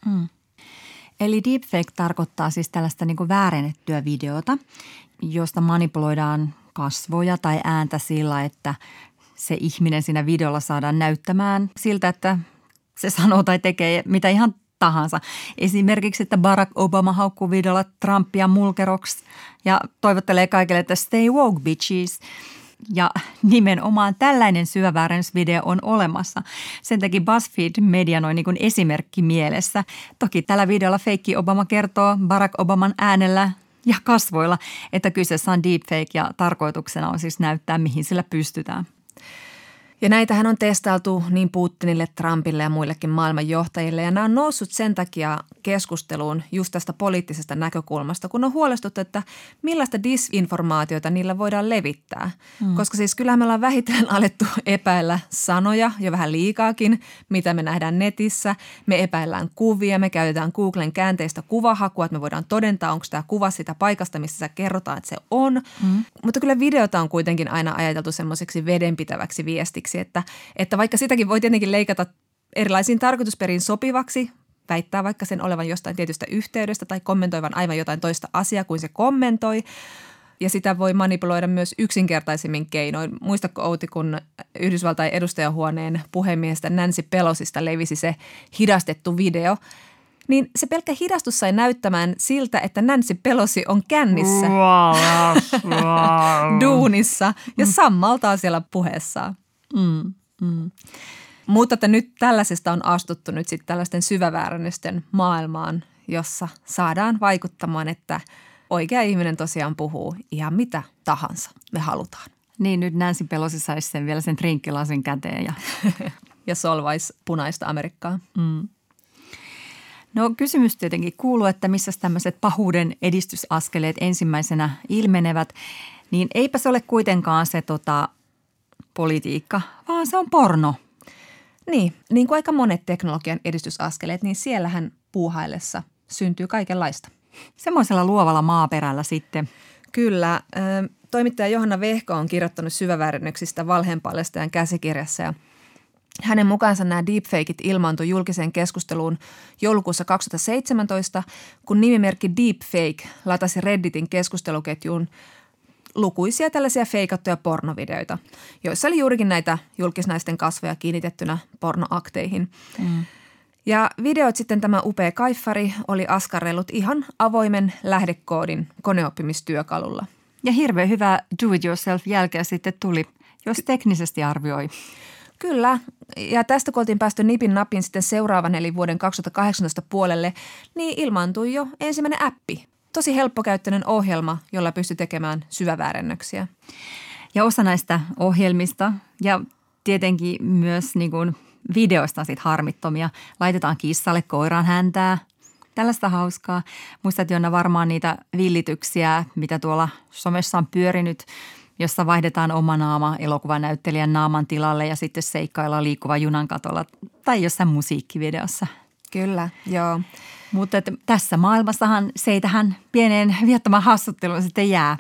Eli deepfake tarkoittaa siis tällaista niin kuin väärennettyä videota, josta manipuloidaan kasvoja tai ääntä sillä, että se ihminen siinä videolla saadaan näyttämään siltä, että se sanoo tai tekee mitä ihan tahansa. Esimerkiksi, että Barack Obama haukkuu videolla Trumpia mulkeroksi ja toivottelee kaikille, että stay woke bitches. Ja nimenomaan tällainen syväväärennysvideo on olemassa. Sen teki BuzzFeed Media noin niin kuin esimerkki mielessä. Toki tällä videolla feikki Obama kertoo Barack Obaman äänellä ja kasvoilla, että kyseessä on deepfake ja tarkoituksena on siis näyttää, mihin sillä pystytään. Ja näitähän on testailtu niin Putinille, Trumpille ja muillekin maailmanjohtajille. Ja nämä on noussut sen takia keskusteluun just tästä poliittisesta näkökulmasta, kun on huolestuttu, että millaista disinformaatiota niillä voidaan levittää. Koska siis kyllähän me ollaan vähitellen alettu epäillä sanoja jo vähän liikaakin, mitä me nähdään netissä. Me epäillään kuvia, me käytetään Googlen käänteistä kuvahakua, että me voidaan todentaa, onko tämä kuva sitä paikasta, missä kerrotaan, että se on. Mutta kyllä videota on kuitenkin aina ajateltu semmoiseksi vedenpitäväksi viestiksi. Että vaikka sitäkin voi tietenkin leikata erilaisiin tarkoitusperiin sopivaksi, väittää vaikka sen olevan jostain tietystä yhteydestä tai kommentoivan aivan jotain toista asiaa kuin se kommentoi. Ja sitä voi manipuloida myös yksinkertaisemmin keinoin. Muistatko Outi, kun Yhdysvaltain edustajahuoneen puhemiehestä Nancy Pelosista levisi se hidastettu video, niin se pelkkä hidastus sai näyttämään siltä, että Nancy Pelosi on kännissä duunissa ja sammaltaa siellä puheessaan. Mutta että nyt tällaisesta on astuttu nyt sitten tällaisten syväväärännösten maailmaan, jossa saadaan vaikuttamaan, että oikea ihminen tosiaan puhuu ihan mitä tahansa me halutaan. Niin, nyt Nancy Pelosi saisi sen vielä sen drinkkilasin käteen ja solvaisi punaista Amerikkaa. No kysymys tietenkin kuuluu, että missä tämmöiset pahuuden edistysaskeleet ensimmäisenä ilmenevät, niin eipä se ole kuitenkaan se politiikka, vaan se on porno. Niin kuin aika monet teknologian edistysaskeleet, niin siellähän puuhaillessa syntyy kaikenlaista. Semmoisella luovalla maaperällä sitten. Kyllä. Toimittaja Johanna Vehko on kirjoittanut syväväärennöksistä valheenpaljastajan käsikirjassa ja hänen mukaansa nämä deepfakeit ilmaantui julkiseen keskusteluun joulukuussa 2017, kun nimimerkki Deepfake latasi Redditin keskusteluketjuun lukuisia tällaisia feikattuja pornovideoita, joissa oli juurikin näitä julkisnaisten kasvoja kiinnitettynä pornoakteihin. Ja videot sitten tämä upea kaiffari oli askarrellut ihan avoimen lähdekoodin koneoppimistyökalulla. Ja hirveän hyvä do-it-yourself-jälkeä sitten tuli, jos teknisesti arvioi. Kyllä, ja tästä kun oltiin päästy nipin napin sitten seuraavan eli vuoden 2018 puolelle, niin ilmaantui jo ensimmäinen appi. Tosi helppokäyttöinen ohjelma, jolla pystyy tekemään syväväärennöksiä. Ja osa näistä ohjelmista ja tietenkin myös niin kuin videoista on sitten harmittomia. Laitetaan kissalle koiraan häntää. Tällaista hauskaa. Muistat Jonna varmaan niitä villityksiä, mitä tuolla somessa on pyörinyt, jossa vaihdetaan oma naama elokuvanäyttelijän naaman tilalle ja sitten seikkaillaan liikkuvan junan katolla tai jossain musiikkivideossa. Kyllä, joo. Mutta tässä maailmassahan se ei tähän pieneen viattomaan hassutteluun sitten jää.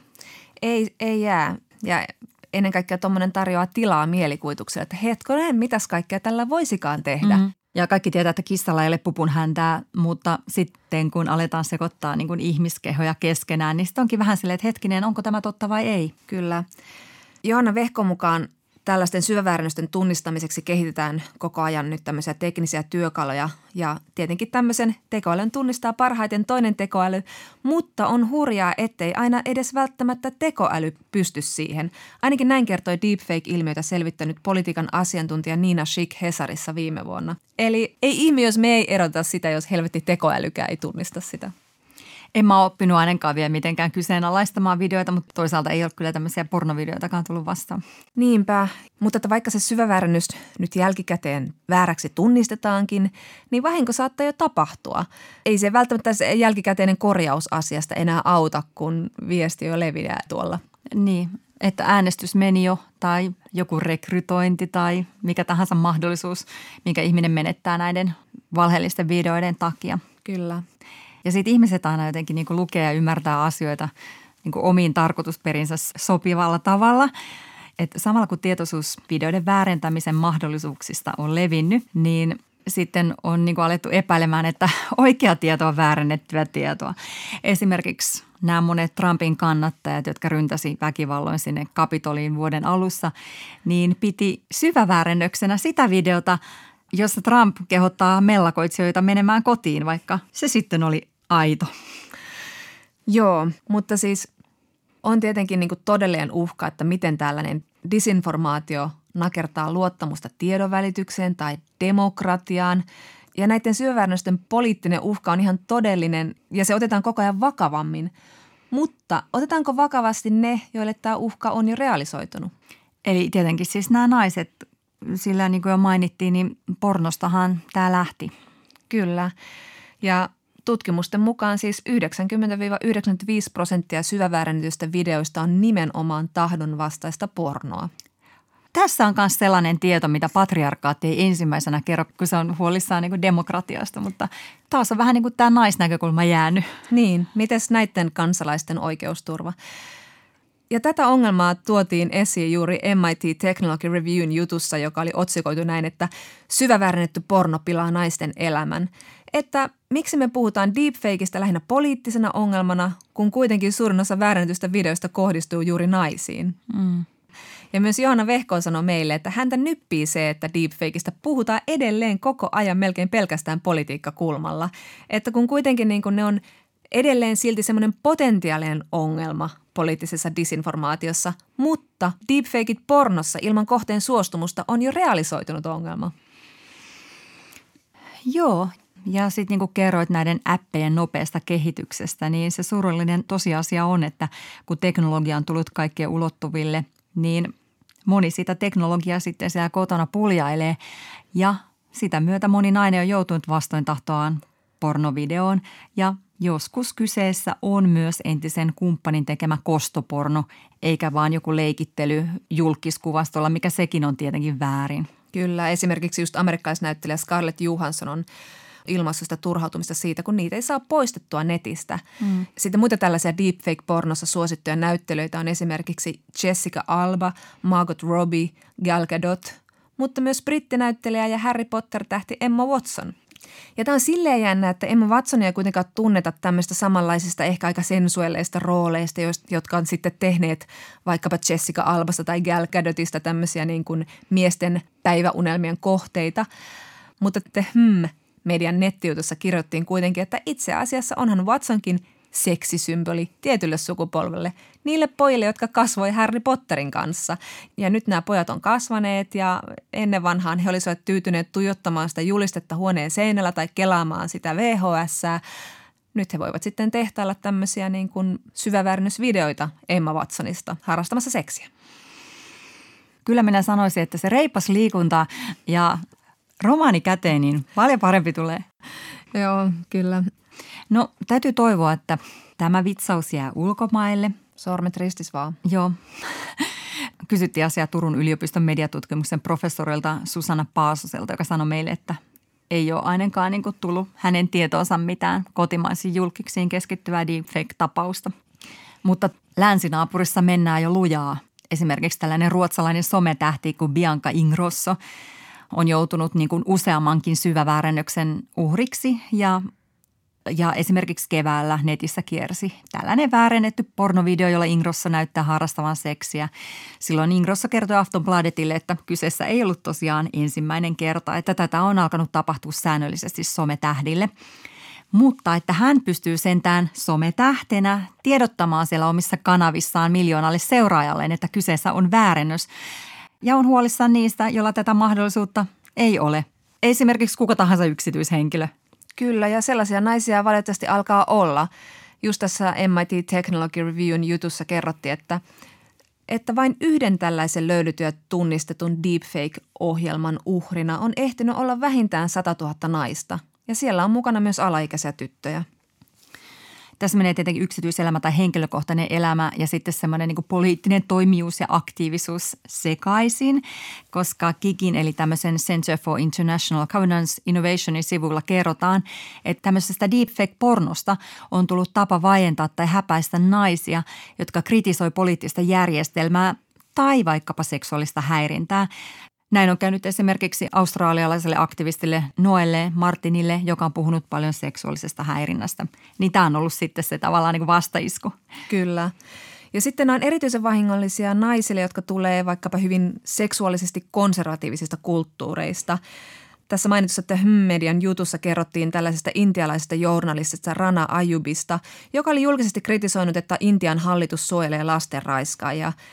Ei jää. Ja ennen kaikkea tuommoinen tarjoaa tilaa mielikuvitukselle, että hetkonen, mitäs kaikkea tällä voisikaan tehdä. Ja kaikki tietää, että kissalla ei ole pupun häntää, mutta sitten kun aletaan sekoittaa niin kuin ihmiskehoja keskenään, niin sitten onkin vähän silleen, että hetkinen, onko tämä totta vai ei? Kyllä. Johanna Vehkon mukaan tällaisten syväväärennösten tunnistamiseksi kehitetään koko ajan nyt tämmöisiä teknisiä työkaluja ja tietenkin tämmöisen tekoälyn tunnistaa parhaiten toinen tekoäly, mutta on hurjaa, ettei aina edes välttämättä tekoäly pysty siihen. Ainakin näin kertoi deepfake-ilmiötä selvittänyt politiikan asiantuntija Nina Schick Hesarissa viime vuonna. Eli ei ihme, jos me ei erota sitä, jos helvetti tekoälykään ei tunnista sitä. En mä ole oppinut ainakaan vielä mitenkään kyseenalaistamaan videoita, mutta toisaalta ei ole kyllä tämmöisiä pornovideoitakaan tullut vastaan. Niinpä, mutta että vaikka se syväväärennys nyt jälkikäteen vääräksi tunnistetaankin, niin vahinko saattaa jo tapahtua. Ei se välttämättä se jälkikäteinen korjaus asiasta enää auta, kun viesti jo leviää tuolla. Niin, että äänestys meni jo tai joku rekrytointi tai mikä tahansa mahdollisuus, minkä ihminen menettää näiden valheellisten videoiden takia. Kyllä. Ja sitten ihmiset aina jotenkin niin kuin lukee ja ymmärtää asioita niin kuin omiin tarkoitusperinsä sopivalla tavalla. Että samalla kun tietoisuus videoiden väärentämisen mahdollisuuksista on levinnyt, niin sitten on niin kuin alettu epäilemään, että oikea tieto on väärennettyä tietoa. Esimerkiksi nämä monet Trumpin kannattajat, jotka ryntäsi väkivalloin sinne Kapitoliin vuoden alussa, niin piti syväväärennöksenä sitä videota, jossa Trump kehottaa mellakoitsijoita menemään kotiin, vaikka se sitten oli aito. Joo, mutta siis on tietenkin niin kuin todellinen uhka, että miten tällainen disinformaatio nakertaa luottamusta tiedonvälitykseen tai demokratiaan. Ja näiden syöväännösten poliittinen uhka on ihan todellinen ja se otetaan koko ajan vakavammin. Mutta otetaanko vakavasti ne, joille tämä uhka on jo realisoitunut? Eli tietenkin siis nämä naiset, sillä niin kuin jo mainittiin, niin pornostahan tämä lähti. Kyllä. Ja tutkimusten mukaan siis 90-95% syväväärännetyistä videoista on nimenomaan tahdonvastaista pornoa. Tässä on myös sellainen tieto, mitä patriarkaatti ei ensimmäisenä kerro, kun se on huolissaan niin kuin demokratiasta, mutta taas on vähän niin kuin tämä naisnäkökulma jäänyt. Niin, mites näiden kansalaisten oikeusturva? Ja tätä ongelmaa tuotiin esiin juuri MIT Technology Reviewn jutussa, joka oli otsikoitu näin, että syväväärennetty porno pilaa naisten elämän. Että miksi me puhutaan deepfakeista lähinnä poliittisena ongelmana, kun kuitenkin suurin osa väärennetystä videoista kohdistuu juuri naisiin. Ja myös Johanna Vehko sanoi meille, että häntä nyppii se, että deepfakeista puhutaan edelleen koko ajan melkein pelkästään politiikkakulmalla. Että kun kuitenkin niin kun ne on edelleen silti semmoinen potentiaalinen ongelma poliittisessa disinformaatiossa, mutta deepfakeit pornossa ilman kohteen suostumusta on jo realisoitunut ongelma. Joo, ja sitten niin kuin kerroit näiden appejen nopeasta kehityksestä, niin se surullinen tosiasia on, että kun teknologia on tullut kaikkien ulottuville, niin moni sitä teknologiaa sitten siellä kotona puljailee ja sitä myötä moni nainen on joutunut vastoin tahtoaan pornovideoon ja joskus kyseessä on myös entisen kumppanin tekemä kostoporno, eikä vaan joku leikittely julkiskuvastolla, mikä sekin on tietenkin väärin. Kyllä, esimerkiksi just amerikkalaisnäyttelijä Scarlett Johansson on ilmaissut sitä turhautumista siitä, kun niitä ei saa poistettua netistä. Sitten muita tällaisia deepfake-pornossa suosittuja näyttelyitä on esimerkiksi Jessica Alba, Margot Robbie, Gal Gadot, mutta myös brittinäyttelijä ja Harry Potter-tähti Emma Watson. Ja tämä on silleen jännä, että Emma Watsonia ei kuitenkaan tunneta tämmöistä samanlaisista ehkä aika sensuelleista rooleista, jotka on sitten tehneet vaikkapa Jessica Albasta tai Gal Gadotista tämmöisiä niin kuin miesten päiväunelmien kohteita. Mutta median nettijutussa kirjoittiin kuitenkin, että itse asiassa onhan Watsonkin seksisymboli tietylle sukupolvelle, niille pojille, jotka kasvoi Harry Potterin kanssa. Ja nyt nämä pojat on kasvaneet ja ennen vanhaan he olisivat tyytyneet tuijottamaan sitä julistetta huoneen seinällä tai kelaamaan sitä VHS:ää. Nyt he voivat sitten tehtailla tämmöisiä niin kuin syväväärennysvideoita Emma Watsonista harrastamassa seksiä. Kyllä minä sanoisin, että se reipas liikunta ja romaani käteen, niin paljon parempi tulee. Joo, kyllä. No täytyy toivoa, että tämä vitsaus jää ulkomaille. Sormet ristis vaan. Joo. Kysyttiin asiaa Turun yliopiston mediatutkimuksen professorilta Susanna Paasoselta, joka sanoi meille, että ei ole ainakaan niin kuin tullut hänen tietoonsa mitään kotimaisiin julkiksiin keskittyvää deepfake-tapausta. Mutta länsinaapurissa mennään jo lujaa. Esimerkiksi tällainen ruotsalainen sometähti kuin Bianca Ingrosso on joutunut niin kuin useammankin syväväärennöksen uhriksi ja esimerkiksi keväällä netissä kiersi tällainen väärennetty pornovideo, jolla Ingrosso näyttää harrastavan seksiä. Silloin Ingrosso kertoi Aftonbladetille, että kyseessä ei ollut tosiaan ensimmäinen kerta, että tätä on alkanut tapahtua säännöllisesti sometähdille. Mutta että hän pystyy sentään sometähtenä tiedottamaan siellä omissa kanavissaan miljoonalle seuraajalleen, että kyseessä on väärennös. Ja on huolissaan niistä, joilla tätä mahdollisuutta ei ole. Esimerkiksi kuka tahansa yksityishenkilö. Kyllä, ja sellaisia naisia valitettavasti alkaa olla. Just tässä MIT Technology Reviewn jutussa kerrottiin, että vain yhden tällaisen löydytyn ja tunnistetun deepfake-ohjelman uhrina on ehtinyt olla vähintään 100 000 naista. Ja siellä on mukana myös alaikäisiä tyttöjä. Tässä menee tietenkin yksityiselämä tai henkilökohtainen elämä ja sitten semmoinen niin kuin poliittinen toimijuus ja aktiivisuus sekaisin, koska KIGin eli tämmöisen Center for International Governance Innovationin sivuilla kerrotaan, että tämmöisestä deepfake-pornosta on tullut tapa vaientaa tai häpäistä naisia, jotka kritisoi poliittista järjestelmää tai vaikkapa seksuaalista häirintää. Näin on käynyt esimerkiksi australialaiselle aktivistille Noelle Martinille, joka on puhunut paljon seksuaalisesta häirinnästä. Niin tämä on ollut sitten se tavallaan niin kuin vastaisku. Kyllä. Ja sitten nämä on erityisen vahingollisia naisille, jotka tulee vaikkapa hyvin seksuaalisesti konservatiivisista kulttuureista. Tässä mainitussa median jutussa kerrottiin tällaisesta intialaisesta journalistista Rana Ayubista, joka oli julkisesti kritisoinut, että Intian hallitus suojelee lasten raiskaajia.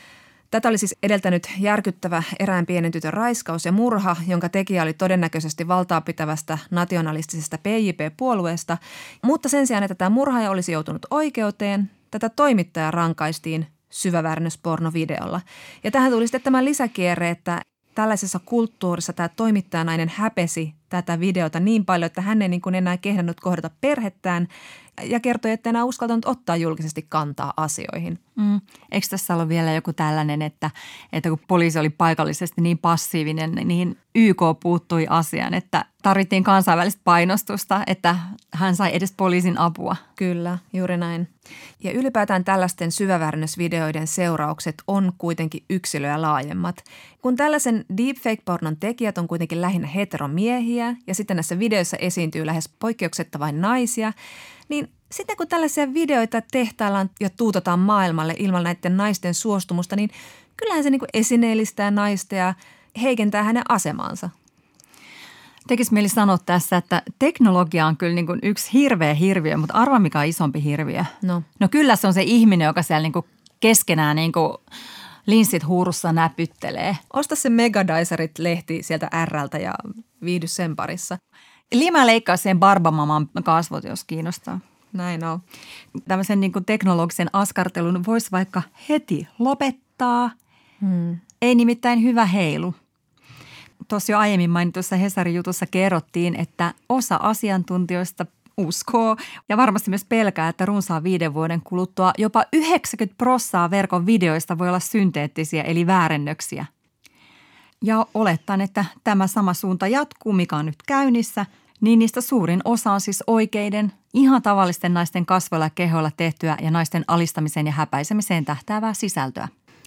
Tätä oli siis edeltänyt järkyttävä erään pienen tytön raiskaus ja murha, jonka tekijä oli todennäköisesti valtaapitävästä nationalistisesta PJP-puolueesta. Mutta sen sijaan, että tämä murhaaja olisi joutunut oikeuteen, tätä toimittajaa rankaistiin syväväärennöspornovideolla. Ja tähän tuli sitten tämä lisäkierre, että tällaisessa kulttuurissa tämä toimittajanainen häpesi tätä videota niin paljon, että hän ei niin kuin enää kehdannut kohdata perhettään ja kertoi, että enää uskaltanut ottaa julkisesti kantaa asioihin. Eikö tässä ollut vielä joku tällainen, että kun poliisi oli paikallisesti niin passiivinen, niin YK puuttui asiaan, että tarvittiin kansainvälistä painostusta, että hän sai edes poliisin apua? Kyllä, juuri näin. Ja ylipäätään tällaisten syväväärennösvideoiden seuraukset on kuitenkin yksilöä laajemmat. Kun tällaisen deepfake-pornon tekijät on kuitenkin lähinnä heteromiehiä ja sitten näissä videoissa esiintyy lähes poikkeuksetta vain naisia, niin sitten kun tällaisia videoita tehtaillaan ja tuutetaan maailmalle ilman näiden naisten suostumusta, niin kyllähän se niin kuin esineellistää naista ja heikentää hänen asemaansa. Tekisi mieli sanoa tässä, että teknologia on kyllä niin kuin yksi hirveä hirviö, mutta arva mikä on isompi hirviö. No kyllä se on se ihminen, joka siellä niin kuin keskenään niin kuin linssit huurussa näpyttelee. Osta se Megadizerit-lehti sieltä R:ltä ja viihdy sen parissa. Lima leikkaa sen Barbamaman kasvot, jos kiinnostaa. Näin on. Tämmöisen niin kuin teknologisen askartelun voisi vaikka heti lopettaa. Ei nimittäin hyvä heilu. Tuossa jo aiemmin mainitussa Hesarin jutussa kerrottiin, että osa asiantuntijoista uskoo ja varmasti myös pelkää, että runsaan 5 vuoden kuluttua jopa 90% verkon videoista voi olla synteettisiä eli väärennöksiä. Ja oletan, että tämä sama suunta jatkuu, mikä on nyt käynnissä, niin niistä suurin osa on siis oikeiden, ihan tavallisten naisten kasvoilla ja kehoilla tehtyä ja naisten alistamiseen ja häpäisemiseen tähtäävää sisältöä.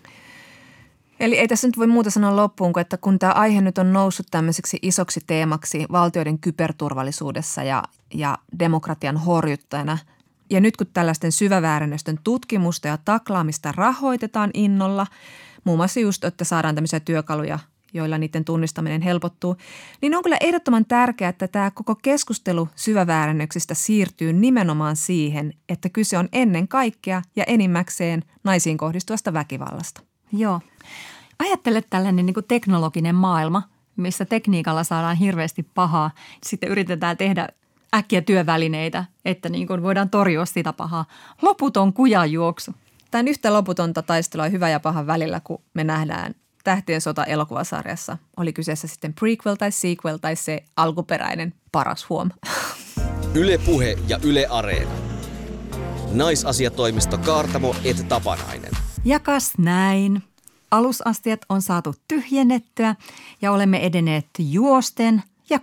Eli ei tässä nyt voi muuta sanoa loppuun kuin, että kun tämä aihe nyt on noussut tämmöiseksi isoksi teemaksi valtioiden kyberturvallisuudessa ja demokratian horjuttajana, ja nyt kun tällaisten syväväärennösten tutkimusta ja taklaamista rahoitetaan innolla, muun muassa just, että saadaan tämmöisiä työkaluja, joilla niiden tunnistaminen helpottuu, niin on kyllä ehdottoman tärkeää, että tämä koko keskustelu syväväärennöksistä siirtyy nimenomaan siihen, että kyse on ennen kaikkea ja enimmäkseen naisiin kohdistuvasta väkivallasta. Joo. Ajattele tällainen niin kuin teknologinen maailma, missä tekniikalla saadaan hirveästi pahaa. Sitten yritetään tehdä äkkiä työvälineitä, että niin kuin voidaan torjua sitä pahaa. Loputon kujanjuoksu. Tämä yhtä loputonta taistelua hyvä ja pahan välillä, kun me nähdään Tähtien sota -elokuvasarjassa. Oli kyseessä sitten prequel tai sequel tai se alkuperäinen paras huom. Yle Puhe ja Yle Areena. Naisasiatoimisto Kaartamo et Tapanainen. Ja kas näin. Alusastiat on saatu tyhjennettyä ja olemme edenneet juosten ja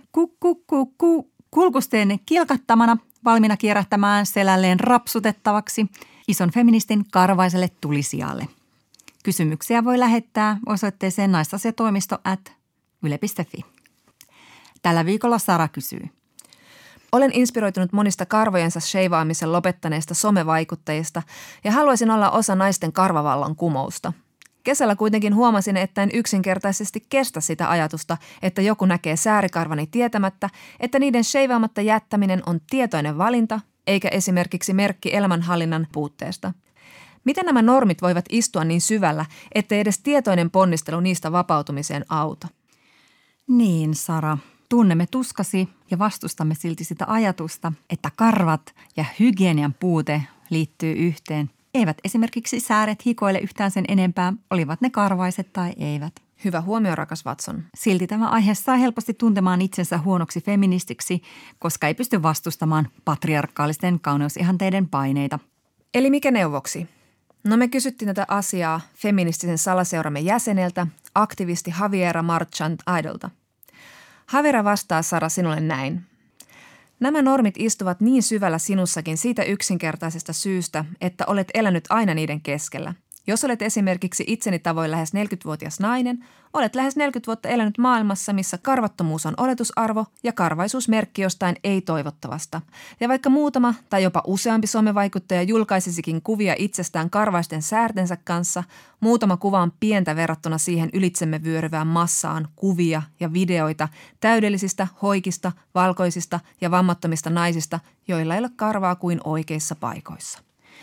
kulkusteen kilkattamana valmiina kierrättämään selälleen rapsutettavaksi ison feministin karvaiselle tulisijalle. Kysymyksiä voi lähettää osoitteeseen naisasiatoimisto@yle.fi. Tällä viikolla Sara kysyy. Olen inspiroitunut monista karvojensa sheivaamisen lopettaneista somevaikuttajista ja haluaisin olla osa naisten karvavallan kumousta. Kesällä kuitenkin huomasin, että en yksinkertaisesti kestä sitä ajatusta, että joku näkee säärikarvani tietämättä, että niiden sheivaamatta jättäminen on tietoinen valinta, eikä esimerkiksi merkki elämänhallinnan puutteesta. Miten nämä normit voivat istua niin syvällä, ettei edes tietoinen ponnistelu niistä vapautumiseen auta? Niin, Sara. Tunnemme tuskasi ja vastustamme silti sitä ajatusta, että karvat ja hygienian puute liittyy yhteen. Eivät esimerkiksi sääret hikoile yhtään sen enempää, olivat ne karvaiset tai eivät. Hyvä huomio, rakas Watson. Silti tämä aihe saa helposti tuntemaan itsensä huonoksi feministiksi, koska ei pysty vastustamaan patriarkaalisten kauneusihanteiden paineita. Eli mikä neuvoksi? No me kysyttiin tätä asiaa feministisen salaseuramme jäseneltä, aktivisti Javiera Marchant Idolta. Javiera vastaa, Sara, sinulle näin. Nämä normit istuvat niin syvällä sinussakin siitä yksinkertaisesta syystä, että olet elänyt aina niiden keskellä. Jos olet esimerkiksi itseni tavoin lähes 40-vuotias nainen, olet lähes 40 vuotta elänyt maailmassa, missä karvattomuus on oletusarvo ja karvaisuus merkki jostain ei-toivottavasta. Ja vaikka muutama tai jopa useampi somevaikuttaja julkaisisikin kuvia itsestään karvaisten säärtensä kanssa, muutama kuva on pientä verrattuna siihen ylitsemme vyöryvään massaan kuvia ja videoita täydellisistä, hoikista, valkoisista ja vammattomista naisista, joilla ei ole karvaa kuin oikeissa paikoissa.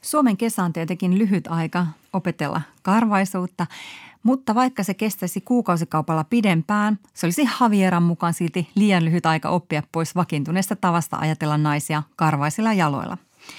Suomen kesä on tietenkin lyhyt aika opetella karvaisuutta, mutta vaikka se kestäisi kuukausikaupalla pidempään, se olisi Javieran mukaan silti liian lyhyt aika oppia pois vakiintuneesta tavasta ajatella naisia karvaisilla jaloilla.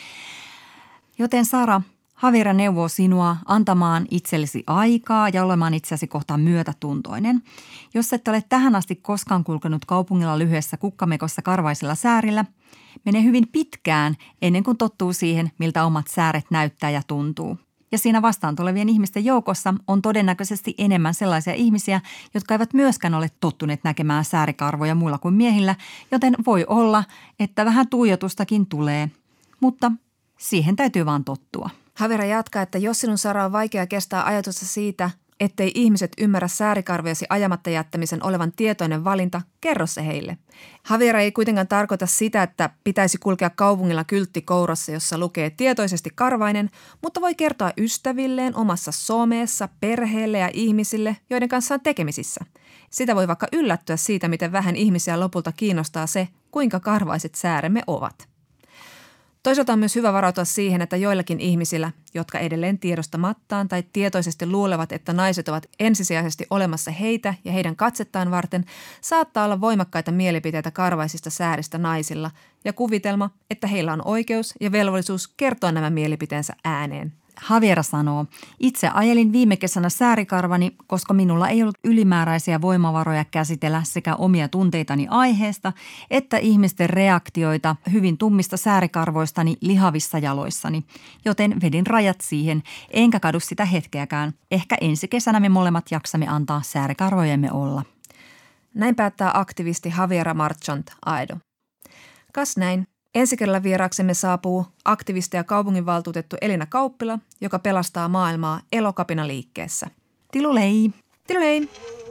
Joten Sara, Javiera neuvoo sinua antamaan itsellesi aikaa ja olemaan itseäsi kohtaan myötätuntoinen. Jos et ole tähän asti koskaan kulkenut kaupungilla lyhyessä kukkamekossa karvaisilla säärillä, menee hyvin pitkään ennen kuin tottuu siihen, miltä omat sääret näyttää ja tuntuu. Ja siinä vastaan tulevien ihmisten joukossa on todennäköisesti enemmän sellaisia ihmisiä, jotka eivät myöskään ole tottuneet näkemään säärikarvoja muilla kuin miehillä, joten voi olla, että vähän tuijotustakin tulee. Mutta siihen täytyy vaan tottua. Javiera jatkaa, että jos sinun, Sara, on vaikea kestää ajatusta siitä, ettei ihmiset ymmärrä säärikarvojasi ajamatta jättämisen olevan tietoinen valinta, kerro se heille. Javiera ei kuitenkaan tarkoita sitä, että pitäisi kulkea kaupungilla kyltti kourassa, jossa lukee tietoisesti karvainen, mutta voi kertoa ystävilleen omassa someessa, perheelle ja ihmisille, joiden kanssa on tekemisissä. Sitä voi vaikka yllättyä siitä, miten vähän ihmisiä lopulta kiinnostaa se, kuinka karvaiset sääremme ovat. Toisaalta on myös hyvä varautua siihen, että joillakin ihmisillä, jotka edelleen tiedostamattaan tai tietoisesti luulevat, että naiset ovat ensisijaisesti olemassa heitä ja heidän katsettaan varten, saattaa olla voimakkaita mielipiteitä karvaisista sääristä naisilla ja kuvitelma, että heillä on oikeus ja velvollisuus kertoa nämä mielipiteensä ääneen. Javiera sanoo, itse ajelin viime kesänä säärikarvani, koska minulla ei ollut ylimääräisiä voimavaroja käsitellä sekä omia tunteitani aiheesta, että ihmisten reaktioita hyvin tummista säärikarvoistani lihavissa jaloissani. Joten vedin rajat siihen, enkä kadu sitä hetkeäkään. Ehkä ensi kesänä me molemmat jaksamme antaa säärikarvojemme olla. Näin päättää aktivisti Javiera Marchant Aedo. Kas näin. Ensi kerralla vieraaksemme saapuu aktivisti ja kaupunginvaltuutettu Elina Kauppila, joka pelastaa maailmaa Elokapina-liikkeessä. Tilulei! Tilulei!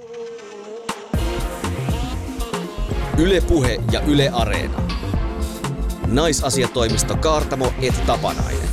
Yle Puhe ja Yle Areena. Naisasiatoimisto Kaartamo et Tapanainen.